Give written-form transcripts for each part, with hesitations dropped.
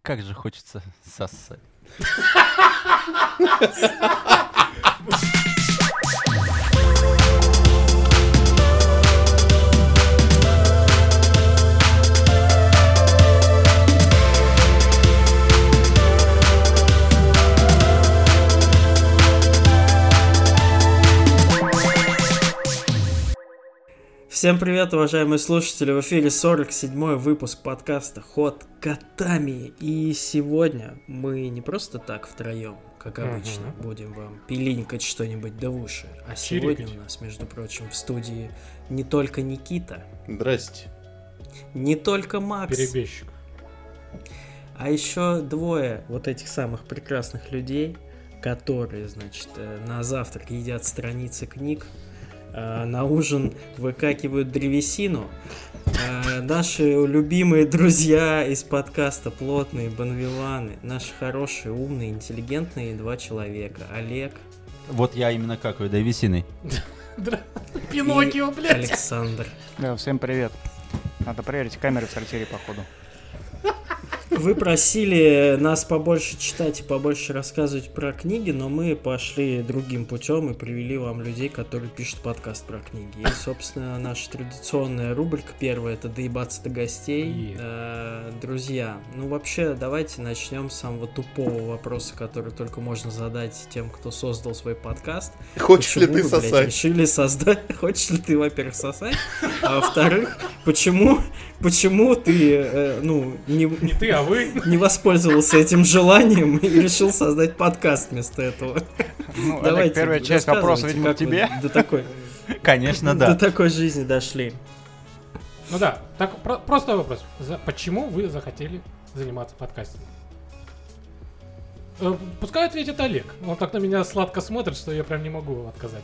Как же хочется сосать. Всем привет, уважаемые слушатели! В эфире 47-й выпуск подкаста «Ход котами». И сегодня мы не просто так втроем, как обычно, будем вам пилинькать что-нибудь до уши. А сегодня у нас, между прочим, в студии не только Никита. Здрасте. Не только Макс. Перебежчик. А еще двое вот этих самых прекрасных людей, которые, значит, на завтрак едят страницы книг, на ужин выкакивают древесину. Наши любимые друзья из подкаста «Плотные Бонвиваны», наши хорошие, умные, интеллигентные два человека. Олег. Вот я именно какаю древесиной. Пиноккио, блядь. Александр. Да, всем привет. Надо проверить камеры в сортире, походу. Вы просили нас побольше читать и побольше рассказывать про книги, но мы пошли другим путем и привели вам людей, которые пишут подкаст про книги. И, собственно, наша традиционная рубрика первая — это доебаться до гостей. Друзья, вообще, давайте начнем с самого тупого вопроса, который только можно задать тем, кто создал свой подкаст. Хочешь ли ты сосать? Решили создать... Хочешь ли ты, во-первых, сосать? А во-вторых, почему ты, Не ты, а вы. не воспользовался этим желанием и решил создать подкаст вместо этого? Ну, Олег, первая часть вопроса, видимо, к тебе. Конечно, да. До такой жизни дошли. Ну да, так просто вопрос. Почему вы захотели заниматься подкастом? Пускай ответит Олег. Он так на меня сладко смотрит, что я прям не могу отказать.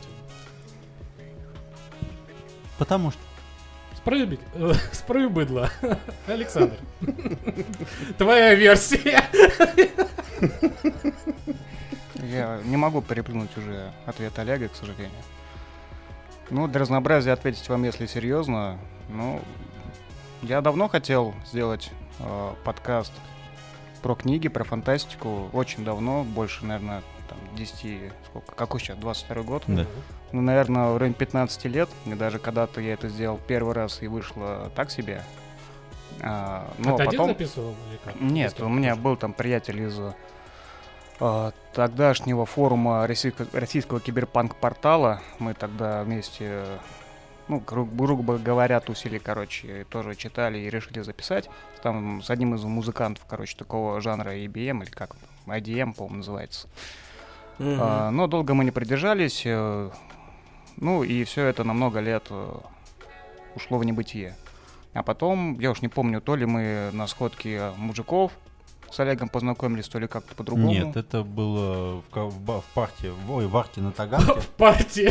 Потому что. Спрыгай быдло. Александр. Твоя версия. Я не могу переплюнуть уже ответ Олега, к сожалению. Для разнообразия ответить вам, если серьезно. Я давно хотел сделать подкаст про книги, про фантастику. Очень давно, больше, наверное, 10, сколько, какой сейчас, 22 год? Да. Наверное, в районе 15 лет. И даже когда-то я это сделал первый раз и вышло так себе. Ты один записывал? Или как? Нет, у меня был там приятель из тогдашнего форума российского киберпанк-портала. Мы тогда вместе, грубо говоря, тусили, тоже читали и решили записать. Там с одним из музыкантов, такого жанра EBM, или как, IDM, по-моему, называется. Но долго мы не продержались. И все это на много лет ушло в небытие. А потом, я уж не помню, то ли мы на сходке мужиков с Олегом познакомились, то ли как-то по-другому. Нет, это было в партии, в арте на Таганке. В партии.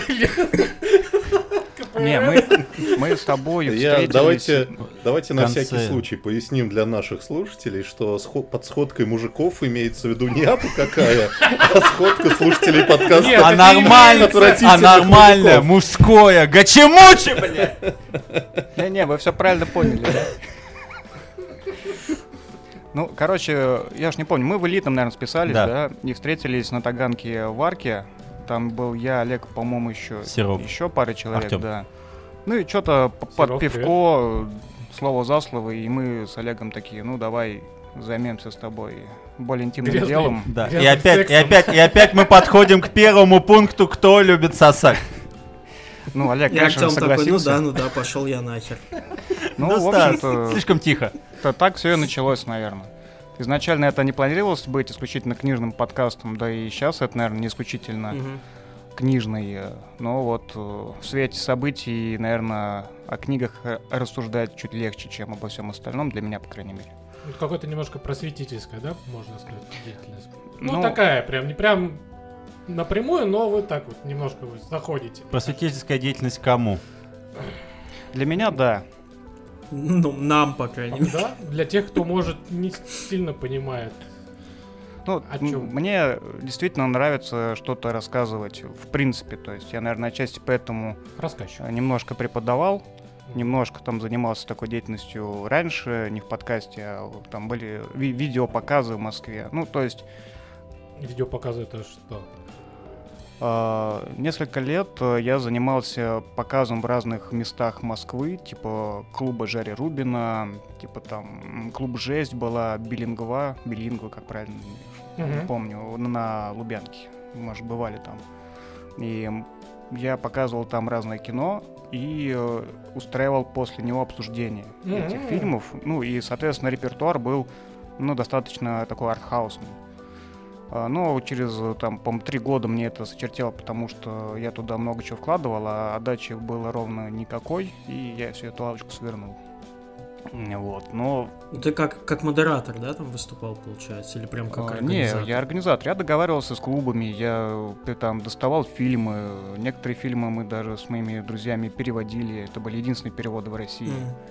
Не, мы с тобой встретились. Давайте на всякий случай поясним для наших слушателей, что под сходкой мужиков имеется в виду не апа какая, а сходка слушателей подкаста. А нормально, мужское, гачемучи, блядь! Не, вы все правильно поняли, да? Я уж не помню, мы в Элитном, наверное, списались, да, и встретились на Таганке в арке. Там был я, Олег, по-моему, еще пара человек, Артём. Да. И что-то под пивко, слово за слово, и мы с Олегом такие, давай займемся с тобой более интимным делом. Да. И опять мы подходим к первому пункту, кто любит сосать. Олег, конечно, согласился. Такой, да, пошел я нахер. В общем-то, слишком тихо. Так все и началось, наверное. Изначально это не планировалось быть исключительно книжным подкастом, да и сейчас это, наверное, не исключительно книжный. Но в свете событий, наверное, о книгах рассуждать чуть легче, чем обо всем остальном, для меня, по крайней мере. Какое-то немножко просветительское, да, можно сказать, деятельность? Такая, прям, не прям напрямую, но вы так вот немножко вы заходите. Просветительская деятельность кому? Для меня, да. Нам, по крайней мере. Да? Для тех, кто, может, не сильно понимает. О чем? Мне действительно нравится что-то рассказывать, в принципе. То есть я, наверное, отчасти поэтому немножко преподавал Немножко там занимался такой деятельностью раньше, не в подкасте, а там были видеопоказы в Москве. Ну, то есть... Видеопоказы это что? Несколько лет я занимался показом в разных местах Москвы, типа клуба Жари Рубина, типа там клуб «Жесть» была, Билингва, как правильно, не помню, на Лубянке, может, бывали там. И я показывал там разное кино и устраивал после него обсуждение этих фильмов. Ну и, соответственно, репертуар был, ну, достаточно такой артхаусный. Но через, там, по-моему, 3 года мне это сочертело, потому что я туда много чего вкладывал, а отдачи было ровно никакой, и я всю эту лавочку свернул. Вот, но... Ты как модератор, да, там выступал, получается? Или прям как организатор? Не, я организатор. Я договаривался с клубами, я там доставал фильмы. Некоторые фильмы мы даже с моими друзьями переводили. Это были единственные переводы в России.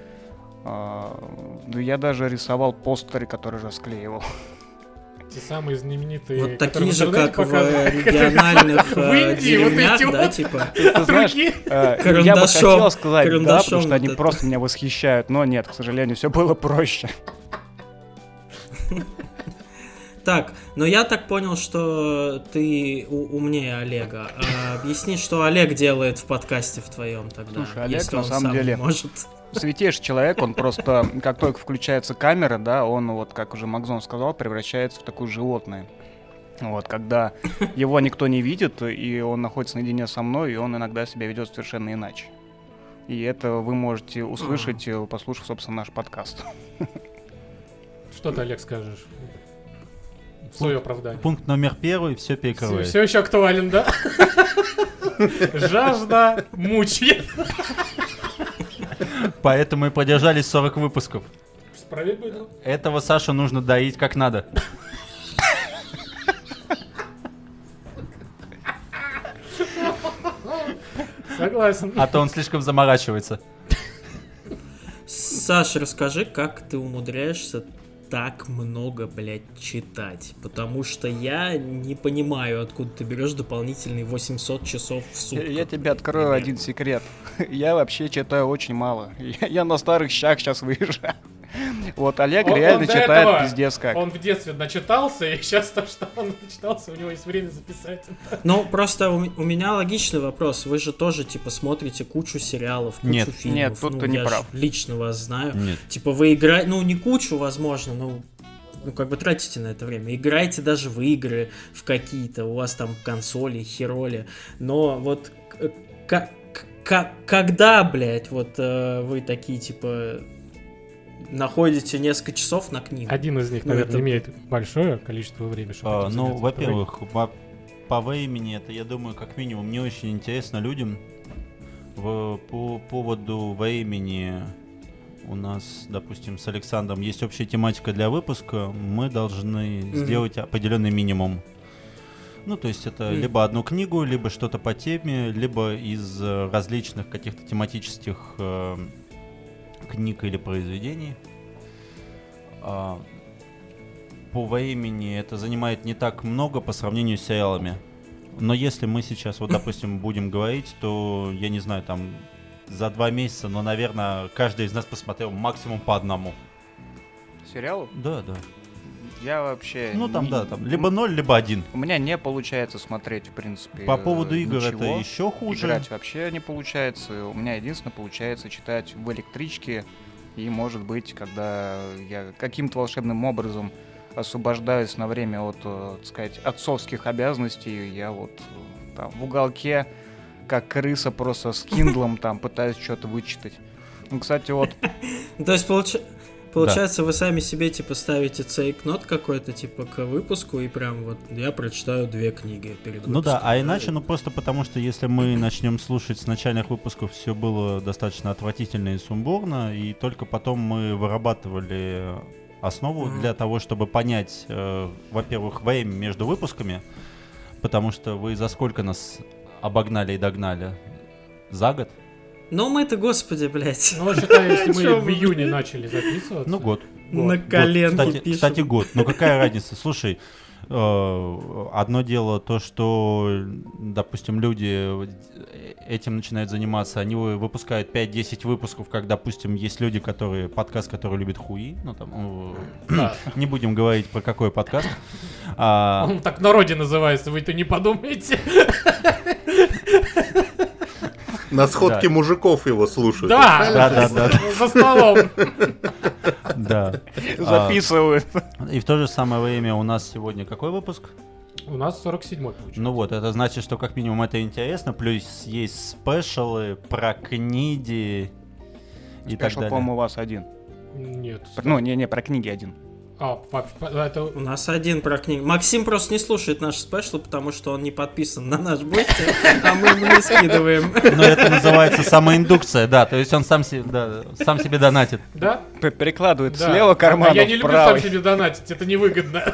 Я даже рисовал постеры, которые расклеивал. Те самые знаменитые... Вот такие же, как в региональных деревнях, да, типа? Ты знаешь, я бы хотел сказать, да, потому что они просто меня восхищают, но нет, к сожалению, все было проще. Так, но я так понял, что ты умнее Олега. Объясни, что Олег делает в подкасте в твоем тогда. Слушай, Олег на самом деле святейший человек, он просто, как только включается камера, да, он, вот как уже Макзон сказал, превращается в такое животное. Вот, когда его никто не видит, и он находится наедине со мной, и он иногда себя ведет совершенно иначе. И это вы можете услышать, послушав, собственно, наш подкаст. Что ты, Олег, скажешь? В свое оправдание. Пункт номер 1, все перекрывает. Все еще актуален, да? Жажда мучает. Поэтому и продержались 40 выпусков. Справедливо. Этого Сашу нужно доить как надо. Согласен. А то он слишком заморачивается. Саша, расскажи, как ты умудряешься так много, блядь, читать? Потому что я не понимаю, откуда ты берешь дополнительные 800 часов в сутки. Я тебе открою один секрет. Я вообще читаю очень мало. Я на старых щах сейчас выезжаю. Вот Олег реально читает пиздец как. Он в детстве начитался, и сейчас то, что он начитался, у него есть время записать. Ну, просто у меня логичный вопрос. Вы же тоже, типа, смотрите кучу сериалов, кучу фильмов. Нет, тут ты не прав. Я лично вас знаю. Нет. Типа, вы играете, ну, не кучу, возможно, но как бы тратите на это время. Играете даже в игры, в какие-то, у вас там консоли, хероли. Но вот когда, блядь, вот вы такие, типа... находите несколько часов на книгу. Один из них, наверное, имеет большое количество времени, чтобы... Ну, во-первых, по времени это, я думаю, как минимум не очень интересно людям. По поводу времени у нас, допустим, с Александром есть общая тематика для выпуска. Мы должны сделать определенный минимум. Ну, то есть это либо одну книгу, либо что-то по теме, либо из различных каких-то тематических... книг или произведений. По времени это занимает не так много по сравнению с сериалами. Но если мы сейчас, вот, допустим, будем говорить, то, я не знаю, там, за 2 месяца, но, наверное, каждый из нас посмотрел максимум по одному. Сериалу? Да. Я вообще... Ну, там, там, либо 0, либо 1. У меня не получается смотреть, в принципе, по поводу игр ничего. Это еще хуже. Играть вообще не получается. У меня единственное получается читать в электричке. И, может быть, когда я каким-то волшебным образом освобождаюсь на время от, так сказать, отцовских обязанностей, я вот там в уголке, как крыса, просто с киндлом там пытаюсь что-то вычитать. Ну, кстати, вот... То есть, получается, вы сами себе, типа, ставите цейкнот какой-то, типа, к выпуску, и прям вот я прочитаю 2 книги перед выпуском. Ну да, а иначе, ну просто потому что если мы начнем слушать с начальных выпусков, все было достаточно отвратительно и сумбурно, и только потом мы вырабатывали основу для того, чтобы понять, во-первых, время между выпусками, потому что вы за сколько нас обогнали и догнали? За год? Ну мы-то, господи, блядь. Ну, считай, если мы в июне начали записываться. Ну, год. На коленке пишем. Кстати, год. Ну, какая разница? Слушай, Одно дело то, что, допустим, люди этим начинают заниматься, они выпускают 5-10 выпусков, как, допустим, есть люди, подкаст, который любит хуи, ну там, не будем говорить про какой подкаст. Он так в народе называется, вы-то не подумайте. На сходке мужиков его слушают. Да, за столом. Да. Записывают. И в то же самое время у нас сегодня какой выпуск? У нас 47-й получается. Ну вот, это значит, что как минимум это интересно, плюс есть спешалы про книги и так Спешл, далее. по-моему, у вас один. Нет. Ну, не, про книги один. Это... У нас один про книги. Максим просто не слушает наши спешлы, потому что он не подписан на наш бусти, а мы ему не скидываем. Но это называется самоиндукция, да, то есть он сам себе донатит. Да? Перекладывает с левого кармана в правый. Я не люблю сам себе донатить, это невыгодно.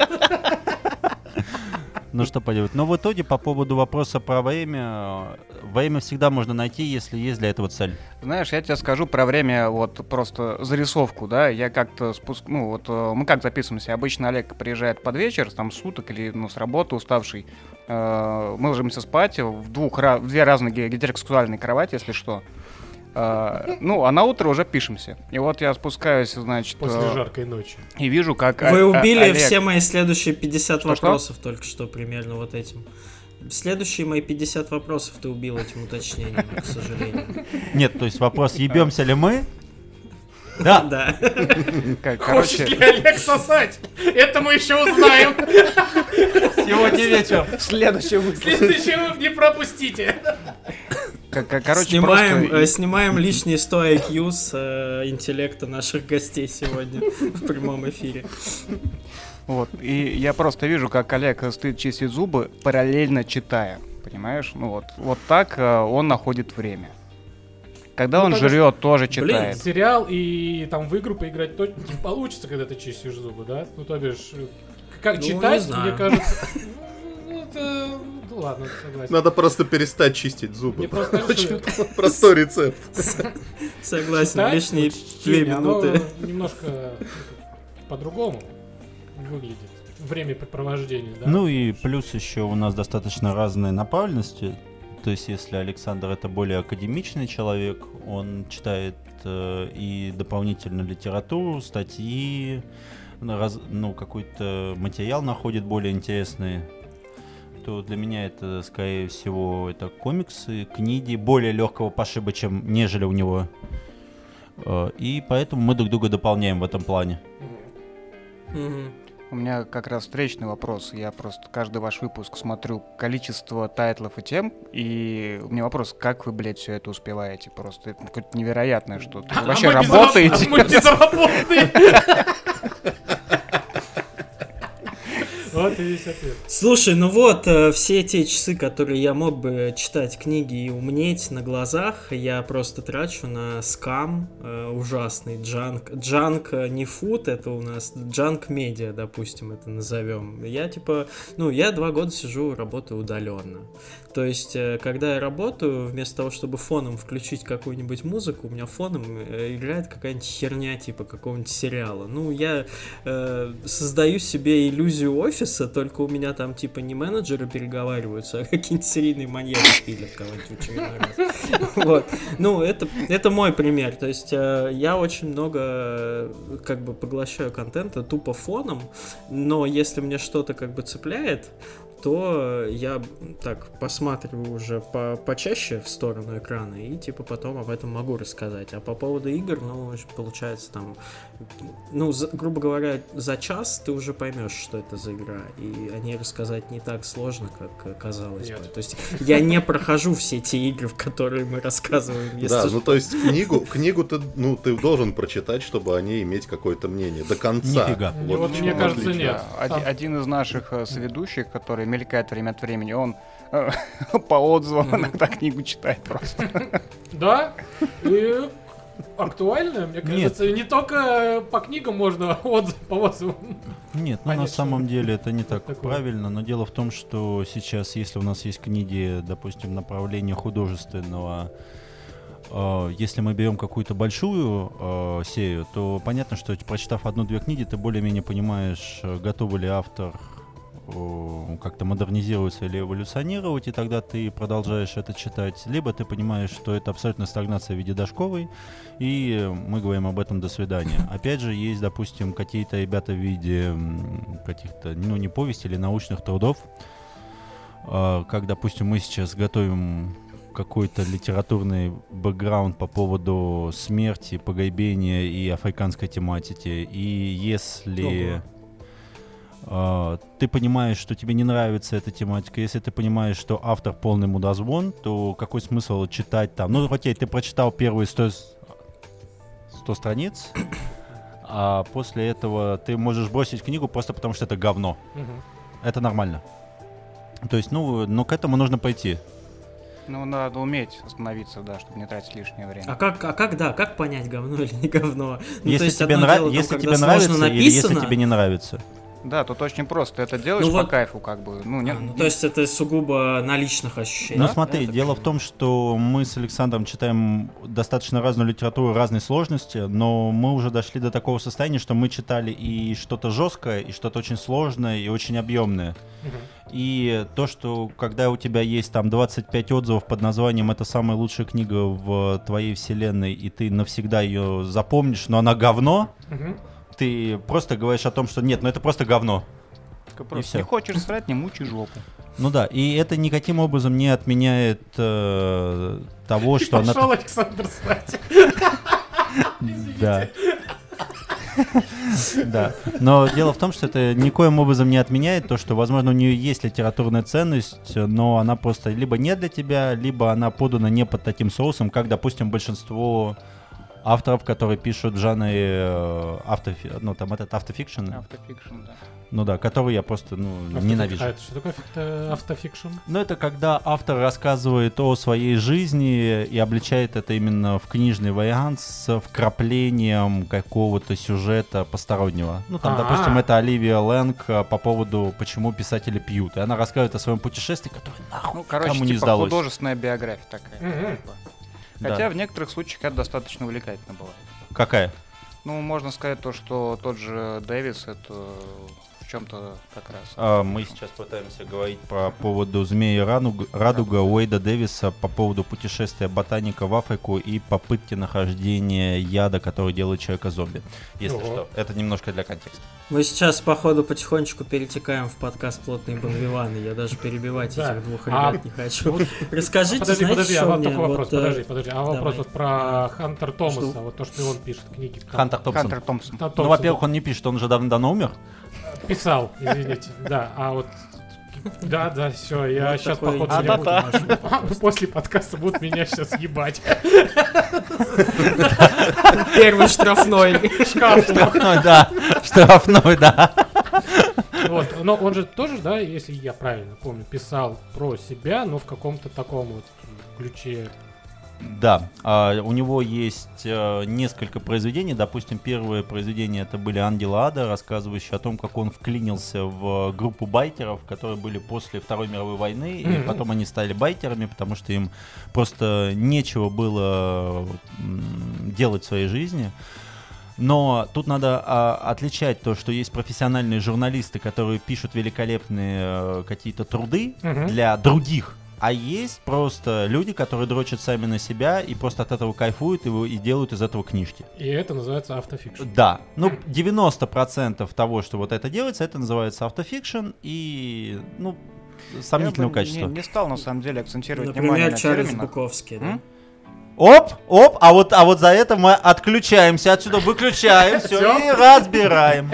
Ну что поделать. Но в итоге по поводу вопроса про время всегда можно найти, если есть для этого цель. Знаешь, я тебе скажу про время, вот просто зарисовку, да, я как-то мы как записываемся, обычно Олег приезжает под вечер, там суток или с работы уставший, мы ложимся спать в две разные гетеросексуальные кровати, если что. А на утро уже пишемся. И вот я спускаюсь, значит... После жаркой ночи. И вижу, как Вы убили Олег... все мои следующие 50 Что? вопросов только что примерно вот этим. Следующие мои 50 вопросов ты убил этим уточнением, к сожалению. Нет, то есть вопрос, ебемся ли мы? Да. Да. Хочет ли Олег сосать? Это мы еще узнаем. Сегодня вечером. Следующий выпуск. Следующий вы не пропустите. Снимаем лишние 100 IQ с интеллекта наших гостей сегодня в прямом эфире. Вот, и я просто вижу, как Олег стоит, чистит зубы, параллельно читая, понимаешь? Вот так он находит время. Когда он жрет, тоже читает. Сериал и там в игру поиграть точно не получится, когда ты чистишь зубы, да? Ну, то бишь, как читать, мне кажется... Ну ладно, согласен. Надо просто перестать чистить зубы. Мне просто очень простой рецепт. Согласен, лишние 2 минуты. Немножко по-другому выглядит. Времяпрепровождение, да? Ну и плюс еще у нас достаточно разные направленности. То есть если Александр это более академичный человек, он читает и дополнительно литературу, статьи, какой-то материал находит более интересный, то для меня это, скорее всего, это комиксы, книги более легкого пошиба, нежели у него. И поэтому мы друг друга дополняем в этом плане. У меня как раз встречный вопрос. Я просто каждый ваш выпуск смотрю количество тайтлов и тем, и у меня вопрос, как вы, блядь, все это успеваете? Просто это какое-то невероятное что-то. Вы вообще работаете? Мы безработные. Вот и весь ответ. Слушай, все те часы, которые я мог бы читать книги и умнеть на глазах, я просто трачу на скам ужасный, джанк не фуд, это у нас джанк медиа, допустим, это назовем. Я 2 года сижу, работаю удаленно. То есть, когда я работаю, вместо того, чтобы фоном включить какую-нибудь музыку, у меня фоном играет какая-нибудь херня типа какого-нибудь сериала. Я создаю себе иллюзию офиса, только у меня там типа не менеджеры переговариваются, а какие-нибудь серийные маньяки пилят кого-нибудь в очередной раз. Вот. Это мой пример. То есть, я очень много поглощаю контента тупо фоном, но если мне что-то цепляет, то я так посматриваю уже почаще в сторону экрана и потом об этом могу рассказать. А по поводу игр, получается там, грубо говоря, за час ты уже поймешь, что это за игра, и о ней рассказать не так сложно, как казалось бы. То есть я не прохожу все те игры, в которые мы рассказываем. Да, то есть книгу ты должен прочитать, чтобы о ней иметь какое-то мнение до конца. Нифига. Мне кажется, нет. Один из наших соведущих, который мелькает время от времени, он по отзывам иногда книгу читает просто. Да, и актуально, мне кажется. Нет. Не только по книгам можно по отзывам. Нет, на самом деле это не так правильно, но дело в том, что сейчас, если у нас есть книги, допустим, направления художественного, если мы берем какую-то большую серию, то понятно, что прочитав 1-2 книги, ты более-менее понимаешь, готов ли автор как-то модернизироваться или эволюционировать, и тогда ты продолжаешь это читать, либо ты понимаешь, что это абсолютно стагнация в виде дошковой, и мы говорим об этом до свидания. Опять же, есть, допустим, какие-то ребята в виде каких-то, не повести или научных трудов, как, допустим, мы сейчас готовим какой-то литературный бэкграунд по поводу смерти, погребения и африканской тематики. И если ты понимаешь, что тебе не нравится эта тематика, если ты понимаешь, что автор полный мудозвон, то какой смысл читать там? Ну, окей, ты прочитал первые 100 страниц, а после этого ты можешь бросить книгу просто потому, что это говно. Это нормально. То есть, но к этому нужно пойти. Ну, надо уметь остановиться, да, чтобы не тратить лишнее время. А как понять, говно или не говно? Ну, если тебе нравится или если тебе не нравится. Да, тут очень просто. Ты это делаешь по кайфу, как бы. То есть это сугубо на личных ощущениях. Ну смотри, дело в том, что мы с Александром читаем достаточно разную литературу, разной сложности, но мы уже дошли до такого состояния, что мы читали и что-то жесткое, и что-то очень сложное, и очень объемное. И то, что когда у тебя есть там 25 отзывов под названием «Это самая лучшая книга в твоей вселенной», и ты навсегда ее запомнишь, но она говно, ты просто говоришь о том, что нет, это просто говно. Просто не хочешь срать, не мучай жопу. Ну да, и это никаким образом не отменяет того, что она... Пошел Александр срать. Да. Да, но дело в том, что это никоим образом не отменяет то, что, возможно, у нее есть литературная ценность, но она просто либо не для тебя, либо она подана не под таким соусом, как, допустим, большинство авторов, которые пишут в жанре автофикшн. Автофикшн, да. Ну да, который я просто ненавижу. А это что такое автофикшн? Ну это когда автор рассказывает о своей жизни и обличает это именно в книжный вариант с вкраплением какого-то сюжета постороннего. Ну там, допустим, это Оливия Лэнг по поводу «Почему писатели пьют». И она рассказывает о своем путешествии, которое нахуй кому не сдалось. Художественная биография такая. Хотя в некоторых случаях это достаточно увлекательно бывает. Какая? Ну, можно сказать то, что тот же Дэвис это в чем-то как раз. Мы сейчас пытаемся говорить по поводу «Змеи Радуга» Уэйда Дэвиса, по поводу путешествия ботаника в Африку и попытки нахождения яда, который делает человека зомби. Если что, это немножко для контекста. Мы сейчас, походу, потихонечку перетекаем в подкаст «Плотные бонвиваны». Я даже перебивать этих двух ребят не хочу. Расскажите, подожди, что мне... Подожди. Вопрос вот про Хантер Томаса, вот то, что он пишет книги. Хантер Томпсон. Ну, во-первых, он не пишет, он же давно умер. Писал, извините, да, а вот... Да, все, я сейчас, походу, после подкаста будут меня сейчас ебать. Первый штрафной. Штрафной, да. Вот, но он же тоже, да, если я правильно помню, писал про себя, но в каком-то таком вот ключе. Да, у него есть несколько произведений. Допустим, первые произведения это были «Ангелы ада», рассказывающие о том, как он вклинился в группу байкеров, которые были после Второй мировой войны, и потом они стали байкерами, потому что им просто нечего было делать в своей жизни. Но тут надо отличать то, что есть профессиональные журналисты, которые пишут великолепные какие-то труды для других. А есть просто люди, которые дрочат сами на себя и просто от этого кайфуют и делают из этого книжки. И это называется автофикшн. Да. 90% того, что вот это делается, это называется автофикшн и, сомнительного качества. Не стал, на самом деле, акцентировать внимание на терминах. Например, Чарльз Буковский, да? Оп, а вот за это мы отключаемся отсюда, выключаем все и разбираем.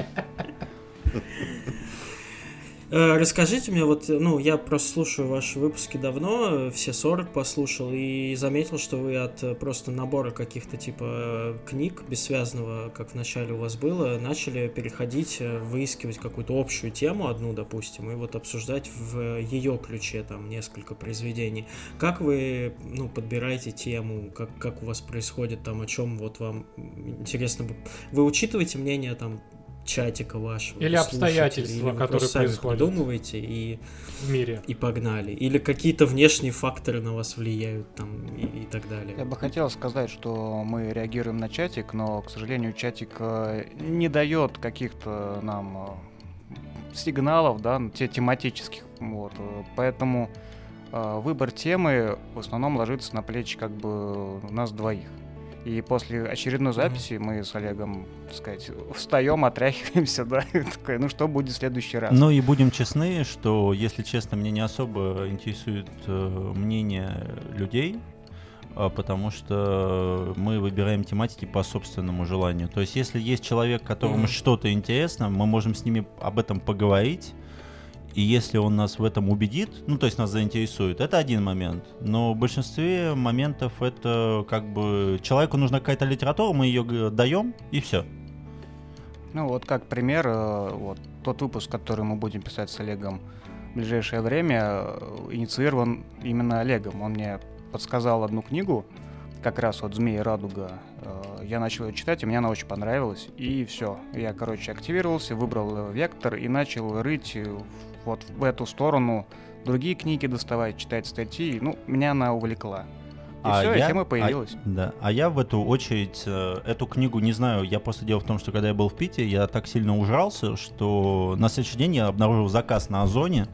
Расскажите мне, я просто слушаю ваши выпуски давно, все 40 послушал, и заметил, что вы от просто набора каких-то типа книг бессвязного, как вначале у вас было, начали переходить, выискивать какую-то общую тему одну, допустим, и вот обсуждать в ее ключе там несколько произведений. Как вы, подбираете тему, как у вас происходит там, о чем вот вам интересно? Вы учитываете мнение там чатика вашего? Или обстоятельства, которые происходят. Придумываете в мире. И погнали. Или какие-то внешние факторы на вас влияют там и так далее. Я бы хотел сказать, что мы реагируем на чатик, но, к сожалению, чатик не дает каких-то нам сигналов, да, тематических. Вот. Поэтому выбор темы в основном ложится на плечи как бы нас двоих. И после очередной записи мы с Олегом, так сказать, встаем, отряхиваемся, да, и такой, ну что будет в следующий раз? Ну и будем честны, что, если честно, меня не особо интересует мнение людей, потому что мы выбираем тематики по собственному желанию. То есть, если есть человек, которому что-то интересно, мы можем с ними об этом поговорить, и если он нас в этом убедит, ну, то есть нас заинтересует, это один момент. Но в большинстве моментов это как бы человеку нужна какая-то литература, мы ее даем, и все. Ну, вот как пример, вот тот выпуск, который мы будем писать с Олегом в ближайшее время, инициирован именно Олегом. Он мне подсказал одну книгу, как раз вот «Змеи Радуга». Я начал ее читать, и мне она очень понравилась. И все. Я, короче, активировался, выбрал вектор и начал рыть вот в эту сторону, другие книги доставать, читать статьи. Ну, меня она увлекла. И все, и тема появилась. А я в эту очередь эту книгу не знаю. Я просто дело в том, что когда я был в Питере, я так сильно ужрался, что на следующий день я обнаружил заказ на Озоне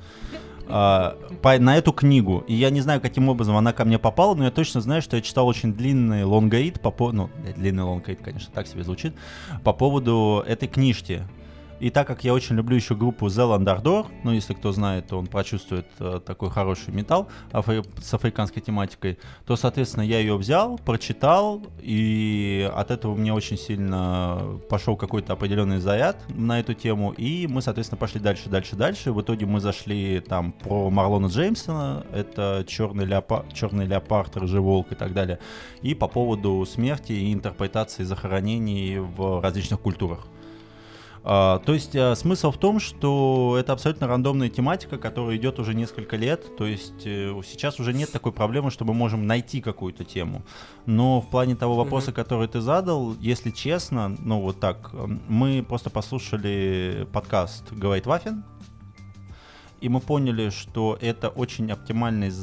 на эту книгу. И я не знаю, каким образом она ко мне попала, но я точно знаю, что я читал очень длинный лонгрид, длинный лонгрид, конечно, так себе звучит, по поводу этой книжки. И так как я очень люблю еще группу The Landardor, ну, если кто знает, то он прочувствует такой хороший металл с африканской тематикой, то, соответственно, я ее взял, прочитал, и от этого мне очень сильно пошел какой-то определенный заряд на эту тему, и мы, соответственно, пошли дальше. В итоге мы зашли там про Марлона Джеймсона, это черный леопард, рыжий волк и так далее, и по поводу смерти и интерпретации захоронений в различных культурах. То есть смысл в том, что это абсолютно рандомная тематика, которая идет уже несколько лет. То есть сейчас уже нет такой проблемы, что мы можем найти какую-то тему. Но в плане того вопроса, который ты задал, если честно, ну вот так, мы просто послушали подкаст «Говорит Вафин», и мы поняли, что это очень оптимальный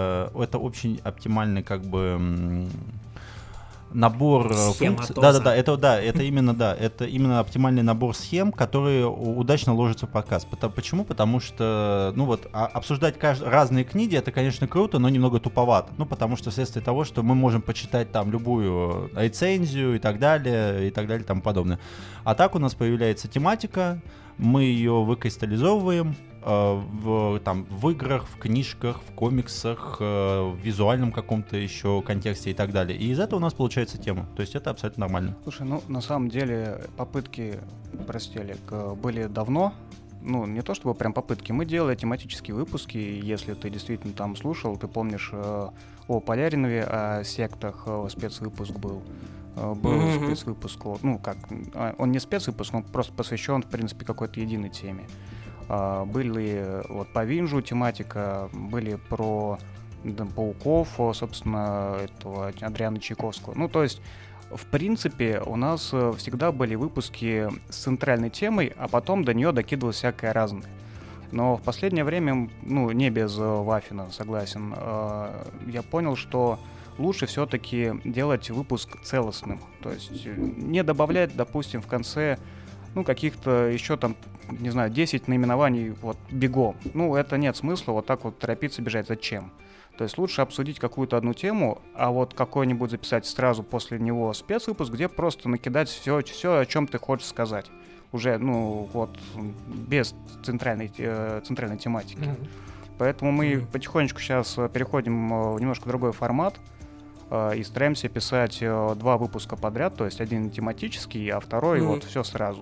как бы набор функций. Это именно оптимальный набор схем, которые удачно ложатся в подкаст. Почему? Потому что, ну вот, обсуждать разные книги, это, конечно, круто, но немного туповато. Ну, потому что вследствие того, что мы можем почитать там любую рецензию и так далее, и тому подобное. А так у нас появляется тематика, мы ее выкристаллизовываем в играх, в книжках, в комиксах, в визуальном каком-то еще контексте и так далее. И из этого у нас получается тема. То есть это абсолютно нормально. Слушай, ну на самом деле попытки, прости, Олег, были давно. Ну, не то чтобы прям попытки. Мы делали тематические выпуски. Если ты действительно там слушал, ты помнишь о Поляринове, о сектах, спецвыпуск был. Был спецвыпуск. Ну, как, он не спецвыпуск, он просто посвящен, в принципе, какой-то единой теме. Были вот по Винжу тематика, были про пауков, собственно, этого Адриана Чайковского. Ну, то есть, в принципе, у нас всегда были выпуски с центральной темой, а потом до нее докидывалось всякое разное. Но в последнее время, ну, не без Вафина, согласен, я понял, что лучше все-таки делать выпуск целостным. То есть не добавлять, допустим, в конце, ну, каких-то еще там, не знаю, 10 наименований вот бегом. Ну, это нет смысла вот так вот торопиться бежать. Зачем? То есть лучше обсудить какую-то одну тему, а вот какой-нибудь записать сразу после него спецвыпуск, где просто накидать все, о чем ты хочешь сказать. Уже, ну, вот, без центральной тематики. Поэтому мы потихонечку сейчас переходим в немножко другой формат и стараемся писать 2 выпуска подряд, то есть один тематический, а второй вот все сразу.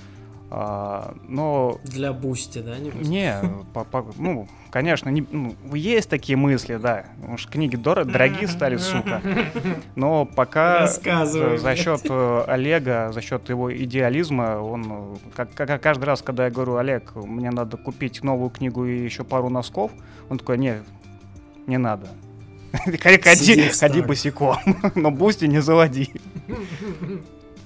Но... Для бусти, да? Не, ну, конечно, есть такие мысли, да. Уж книги дорогие стали, сука. Но пока за счет Олега, за счет его идеализма, он, как каждый раз, когда я говорю: Олег, мне надо купить новую книгу и еще пару носков, он такой: не надо. Ходи босиком, но бусти не заводи.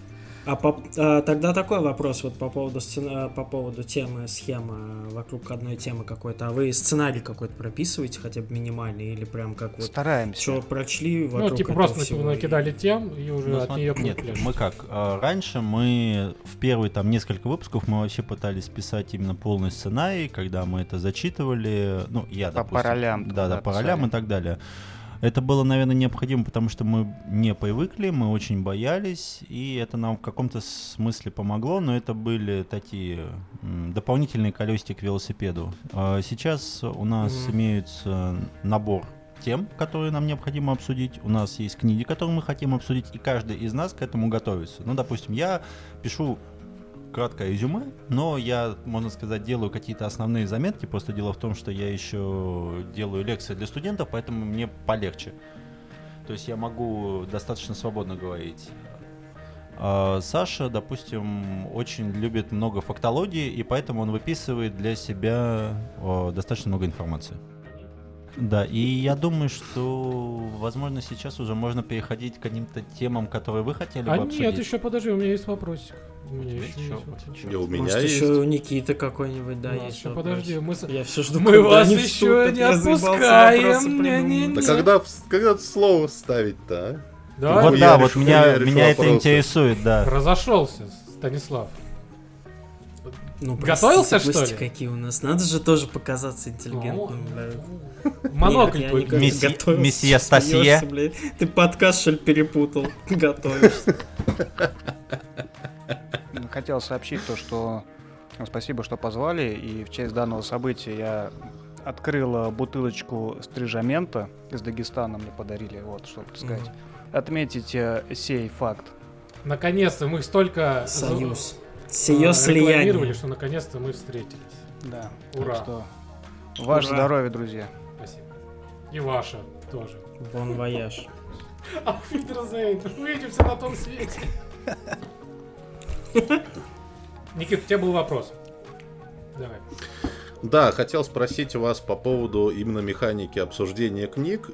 Тогда такой вопрос вот по поводу темы, схемы вокруг одной темы какой-то. А вы сценарий какой-то прописываете, хотя бы минимальный, или прям как вот... Стараемся. Что прочли вокруг типа просто накидали тем и уже от нее... Нет, мы как? Раньше мы в первые там несколько выпусков мы вообще пытались писать именно полный сценарий, когда мы это зачитывали, я, допустим. По ролям. Да, по ролям и так далее. Это было, наверное, необходимо, потому что мы не привыкли, мы очень боялись, и это нам в каком-то смысле помогло, но это были такие дополнительные колесики к велосипеду. Сейчас у нас имеется набор тем, которые нам необходимо обсудить, у нас есть книги, которые мы хотим обсудить, и каждый из нас к этому готовится. Допустим, я пишу краткое резюме, но я, можно сказать, делаю какие-то основные заметки, просто дело в том, что я еще делаю лекции для студентов, поэтому мне полегче. То есть я могу достаточно свободно говорить. Саша, допустим, очень любит много фактологии, и поэтому он выписывает для себя достаточно много информации. Да, и я думаю, что, возможно, сейчас уже можно переходить к каким-то темам, которые вы хотели бы обсудить. Нет, еще подожди, у меня есть вопросик. У меня Может, есть. еще у Никиты какой-нибудь, да, есть. Еще подожди, я все жду, мы вас еще не отпускаем. Да когда слово ставить-то, а? Да, вот меня это интересует, да. Разошелся, Станислав. Готовился, что ли? Какие у нас. Надо же тоже показаться интеллигентным. Монокль месье Стасье. Ты подкаст, что ли, перепутал? Готовишься. Хотел сообщить то, что спасибо, что позвали, и в честь данного события я открыл бутылочку стрижамента из Дагестана, мне подарили, вот, чтобы, так сказать, отметить сей факт. Наконец-то мы столько... Союз. Сие слияние. Что наконец-то мы встретились. Да. Ура. Так что ваше здоровье, друзья. Спасибо. И ваше тоже. Бон вояж. Ауфидерзейн. Увидимся на том свете. Никит, у тебя был вопрос. Давай. Да, хотел спросить у вас по поводу именно механики обсуждения книг,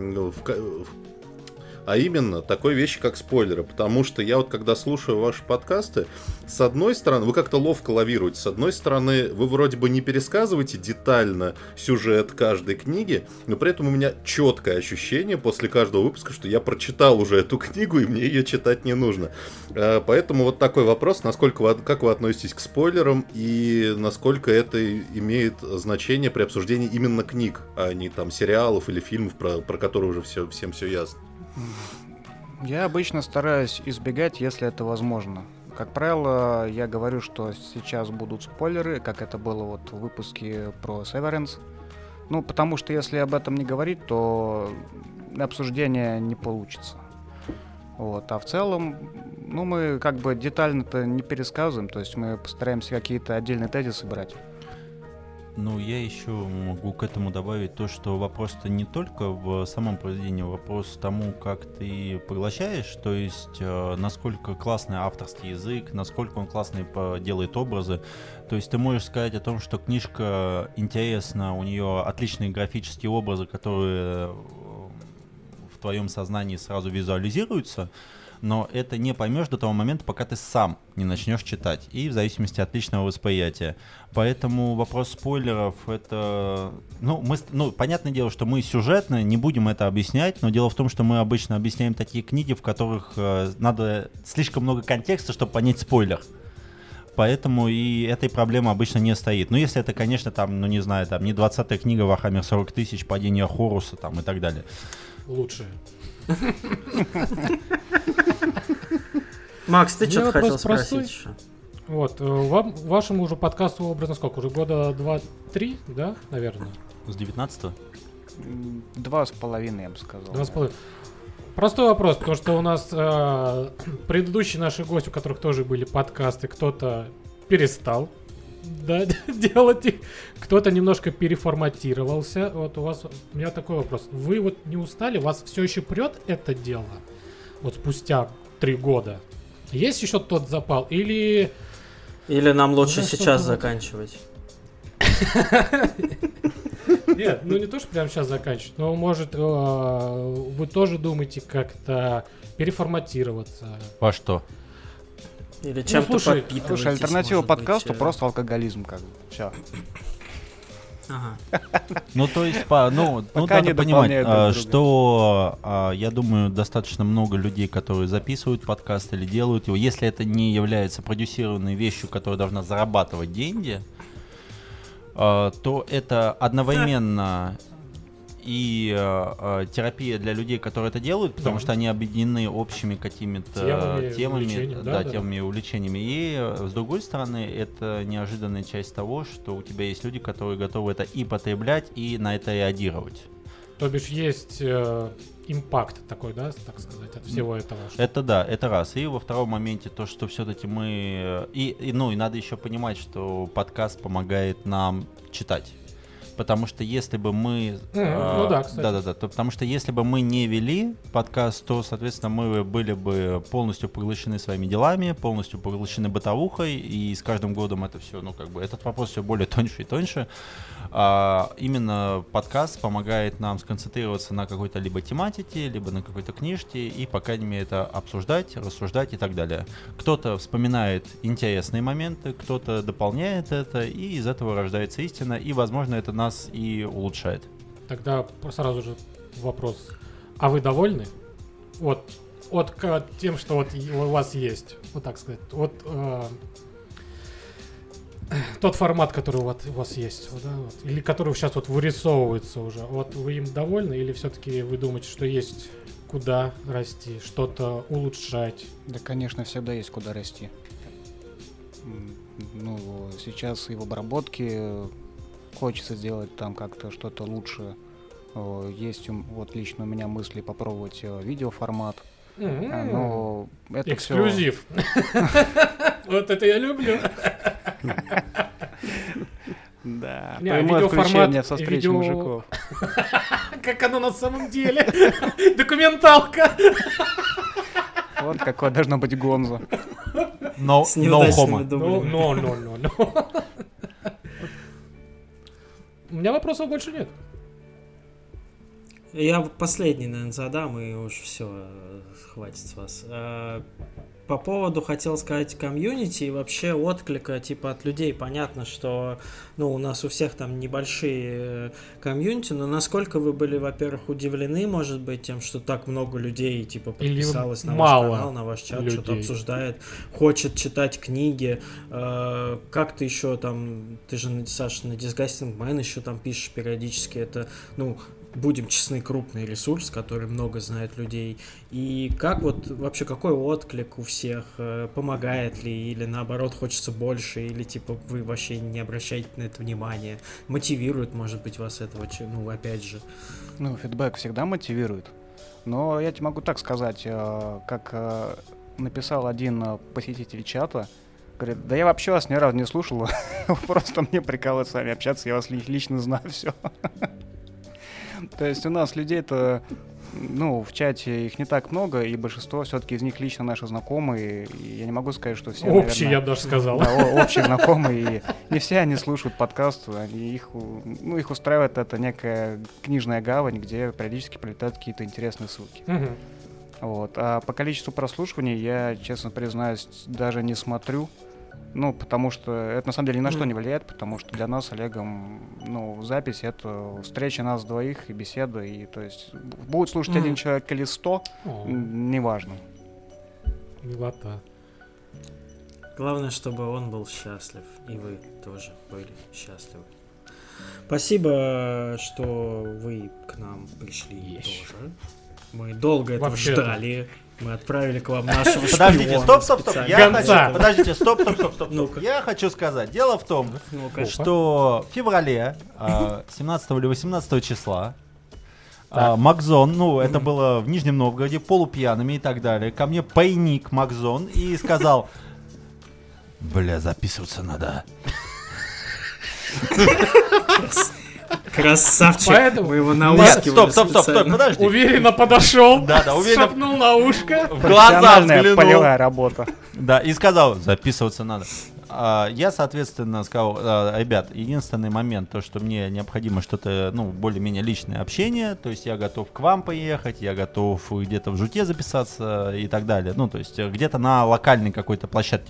а именно такой вещи, как спойлеры. Потому что я вот когда слушаю ваши подкасты, с одной стороны, вы как-то ловко лавируете. С одной стороны, вы вроде бы не пересказываете детально сюжет каждой книги, но при этом у меня четкое ощущение после каждого выпуска, что я прочитал уже эту книгу, и мне ее читать не нужно. Поэтому вот такой вопрос, как вы относитесь к спойлерам, и насколько это имеет значение при обсуждении именно книг, а не там сериалов или фильмов, про которые уже всем все ясно. Я обычно стараюсь избегать, если это возможно. Как правило, я говорю, что сейчас будут спойлеры, как это было вот в выпуске про Severance. Потому что если об этом не говорить, то обсуждение не получится. Вот. А в целом, мы как бы детально-то не пересказываем, то есть мы постараемся какие-то отдельные тезисы брать. Я еще могу к этому добавить то, что вопрос-то не только в самом произведении, вопрос тому, как ты поглощаешь, то есть насколько классный авторский язык, насколько он классный делает образы. То есть ты можешь сказать о том, что книжка интересна, у нее отличные графические образы, которые в твоем сознании сразу визуализируются, но это не поймешь до того момента, пока ты сам не начнешь читать, и в зависимости от личного восприятия. Поэтому вопрос спойлеров, это... понятное дело, что мы сюжетно не будем это объяснять, но дело в том, что мы обычно объясняем такие книги, в которых надо слишком много контекста, чтобы понять спойлер. Поэтому и этой проблемы обычно не стоит. Если это, конечно, не 20-я книга Warhammer 40 000, падение Хоруса и так далее. Лучшее. Макс, ты что-то хотел спросить еще? Вот, вашему уже подкасту образно сколько? Уже года 2-3, да, наверное? С 19-го? 2,5, я бы сказал. 2,5. Простой вопрос, потому что у нас предыдущие наши гости, у которых тоже были подкасты, кто-то перестал делать их, кто-то немножко переформатировался. Вот у меня такой вопрос. Вы вот не устали? Вас все еще прет это дело? Вот спустя 3 года. Есть еще тот запал? Или нам лучше сейчас заканчивать? Нет, не то, что прямо сейчас заканчивать, но может вы тоже думаете как-то переформатироваться? Во что? Или чем-то слушай, подпитываетесь, Слушай, альтернатива может быть, подкасту просто алкоголизм, как бы. Все. Ага. Ну, то есть, Пока надо не понимать, дополняют друг друга. что, я думаю, достаточно много людей, которые записывают подкаст или делают его. Если это не является продюсированной вещью, которая должна зарабатывать деньги, то это одновременно и терапия для людей, которые это делают, потому Да. что они объединены общими какими-то Темами, увлечениями, да. темами и увлечениями. И с другой стороны, это неожиданная часть того, что у тебя есть люди, которые готовы это и потреблять, и на это реагировать. То бишь есть импакт такой, да, так сказать, от всего этого. что- Это да, это раз. И во втором моменте то, что все-таки мы... И надо еще понимать, что подкаст помогает нам читать. Потому что если бы мы... Ну да, кстати. Да, потому что если бы мы не вели подкаст, то, соответственно, мы были бы полностью поглощены своими делами, полностью поглощены бытовухой, и с каждым годом это все, этот вопрос все более тоньше и тоньше. Именно подкаст помогает нам сконцентрироваться на какой-то либо тематике, либо на какой-то книжке, и по крайней мере это обсуждать, рассуждать и так далее. Кто-то вспоминает интересные моменты, кто-то дополняет это, и из этого рождается истина, и, возможно, это нас и улучшает. Тогда сразу же вопрос. А вы довольны? Вот тем, что вот у вас есть, вот так сказать. Вот тот формат, который у вас есть, вот, да, вот, или который сейчас вот вырисовывается уже. Вот вы им довольны или все-таки вы думаете, что есть куда расти, что-то улучшать? Да, конечно, всегда есть куда расти. Ну, сейчас и в обработке хочется сделать там как-то что-то лучше. Есть вот лично у меня мысли попробовать видеоформат. Но это Эксклюзив. Вот это я люблю. Да, Не, прямое видеоформат, включение со встречи видео- мужиков. Как оно на самом деле. Документалка. Вот какое должно быть гонзо. Но С неудачными homo. дублями. У меня вопросов больше нет. Я последний, наверное, задам, и уж все, хватит с вас. По поводу, хотел сказать, комьюнити и вообще отклика типа от людей. Понятно, что у нас у всех там небольшие комьюнити, но насколько вы были, во-первых, удивлены, может быть, тем, что так много людей типа Или подписалось на мало ваш канал, на ваш чат, что-то людей. обсуждает, хочет читать книги. Как ты еще там, ты же, Саша, на Disgusting Man еще там пишешь периодически, это, будем честны, крупный ресурс, который много знает людей. И как вот вообще, какой отклик у всех? Помогает ли? Или наоборот хочется больше? Или типа вы вообще не обращаете на это внимания? Мотивирует, может быть, вас этого? Опять же. Фидбэк всегда мотивирует. Но я тебе могу так сказать, как написал один посетитель чата, говорит, да я вообще вас ни разу не слушал, просто мне прикалывает с вами общаться, я вас лично знаю, все. То есть у нас людей-то, в чате их не так много, и большинство все-таки из них лично наши знакомые, и я не могу сказать, что все, Общие, я наверное, бы даже сказал. да, общие знакомые, и не все они слушают подкаст, их устраивает это некая книжная гавань, где периодически прилетают какие-то интересные ссылки. Мгм. Вот. А по количеству прослушиваний я, честно признаюсь, даже не смотрю. Потому что это на самом деле ни на что не влияет, потому что для нас с Олегом, запись — это встреча нас двоих и беседа, и то есть будет слушать один человек или 100, О, неважно. милота. Главное, чтобы он был счастлив, и вы тоже были счастливы. Спасибо, что вы к нам пришли тоже. Мы долго этого Вообще-то. ждали. Мы отправили к вам нашего Подождите, шпиона стоп. специально. Гонца. Подождите, стоп. Ну-ка. Я хочу сказать, дело в том, Ну-ка. что в феврале 17 или 18 числа Так. Макзон, это было в Нижнем Новгороде, полупьяными и так далее, ко мне пайник Макзон и сказал, бля, записываться надо. Красавчик. Поэтому- Мы его Нет, наускивали стоп, специально. подожди. Уверенно подошел, Да, уверенно. шепнул на ушко. В глаза Профессиональная взглянул. полевая работа. Да, и сказал, записываться надо. я, соответственно, сказал, ребят, единственный момент, то, что мне необходимо что-то, более-менее личное общение, то есть я готов к вам поехать, я готов где-то в Жуке записаться и так далее, то есть где-то на локальной какой-то площадке.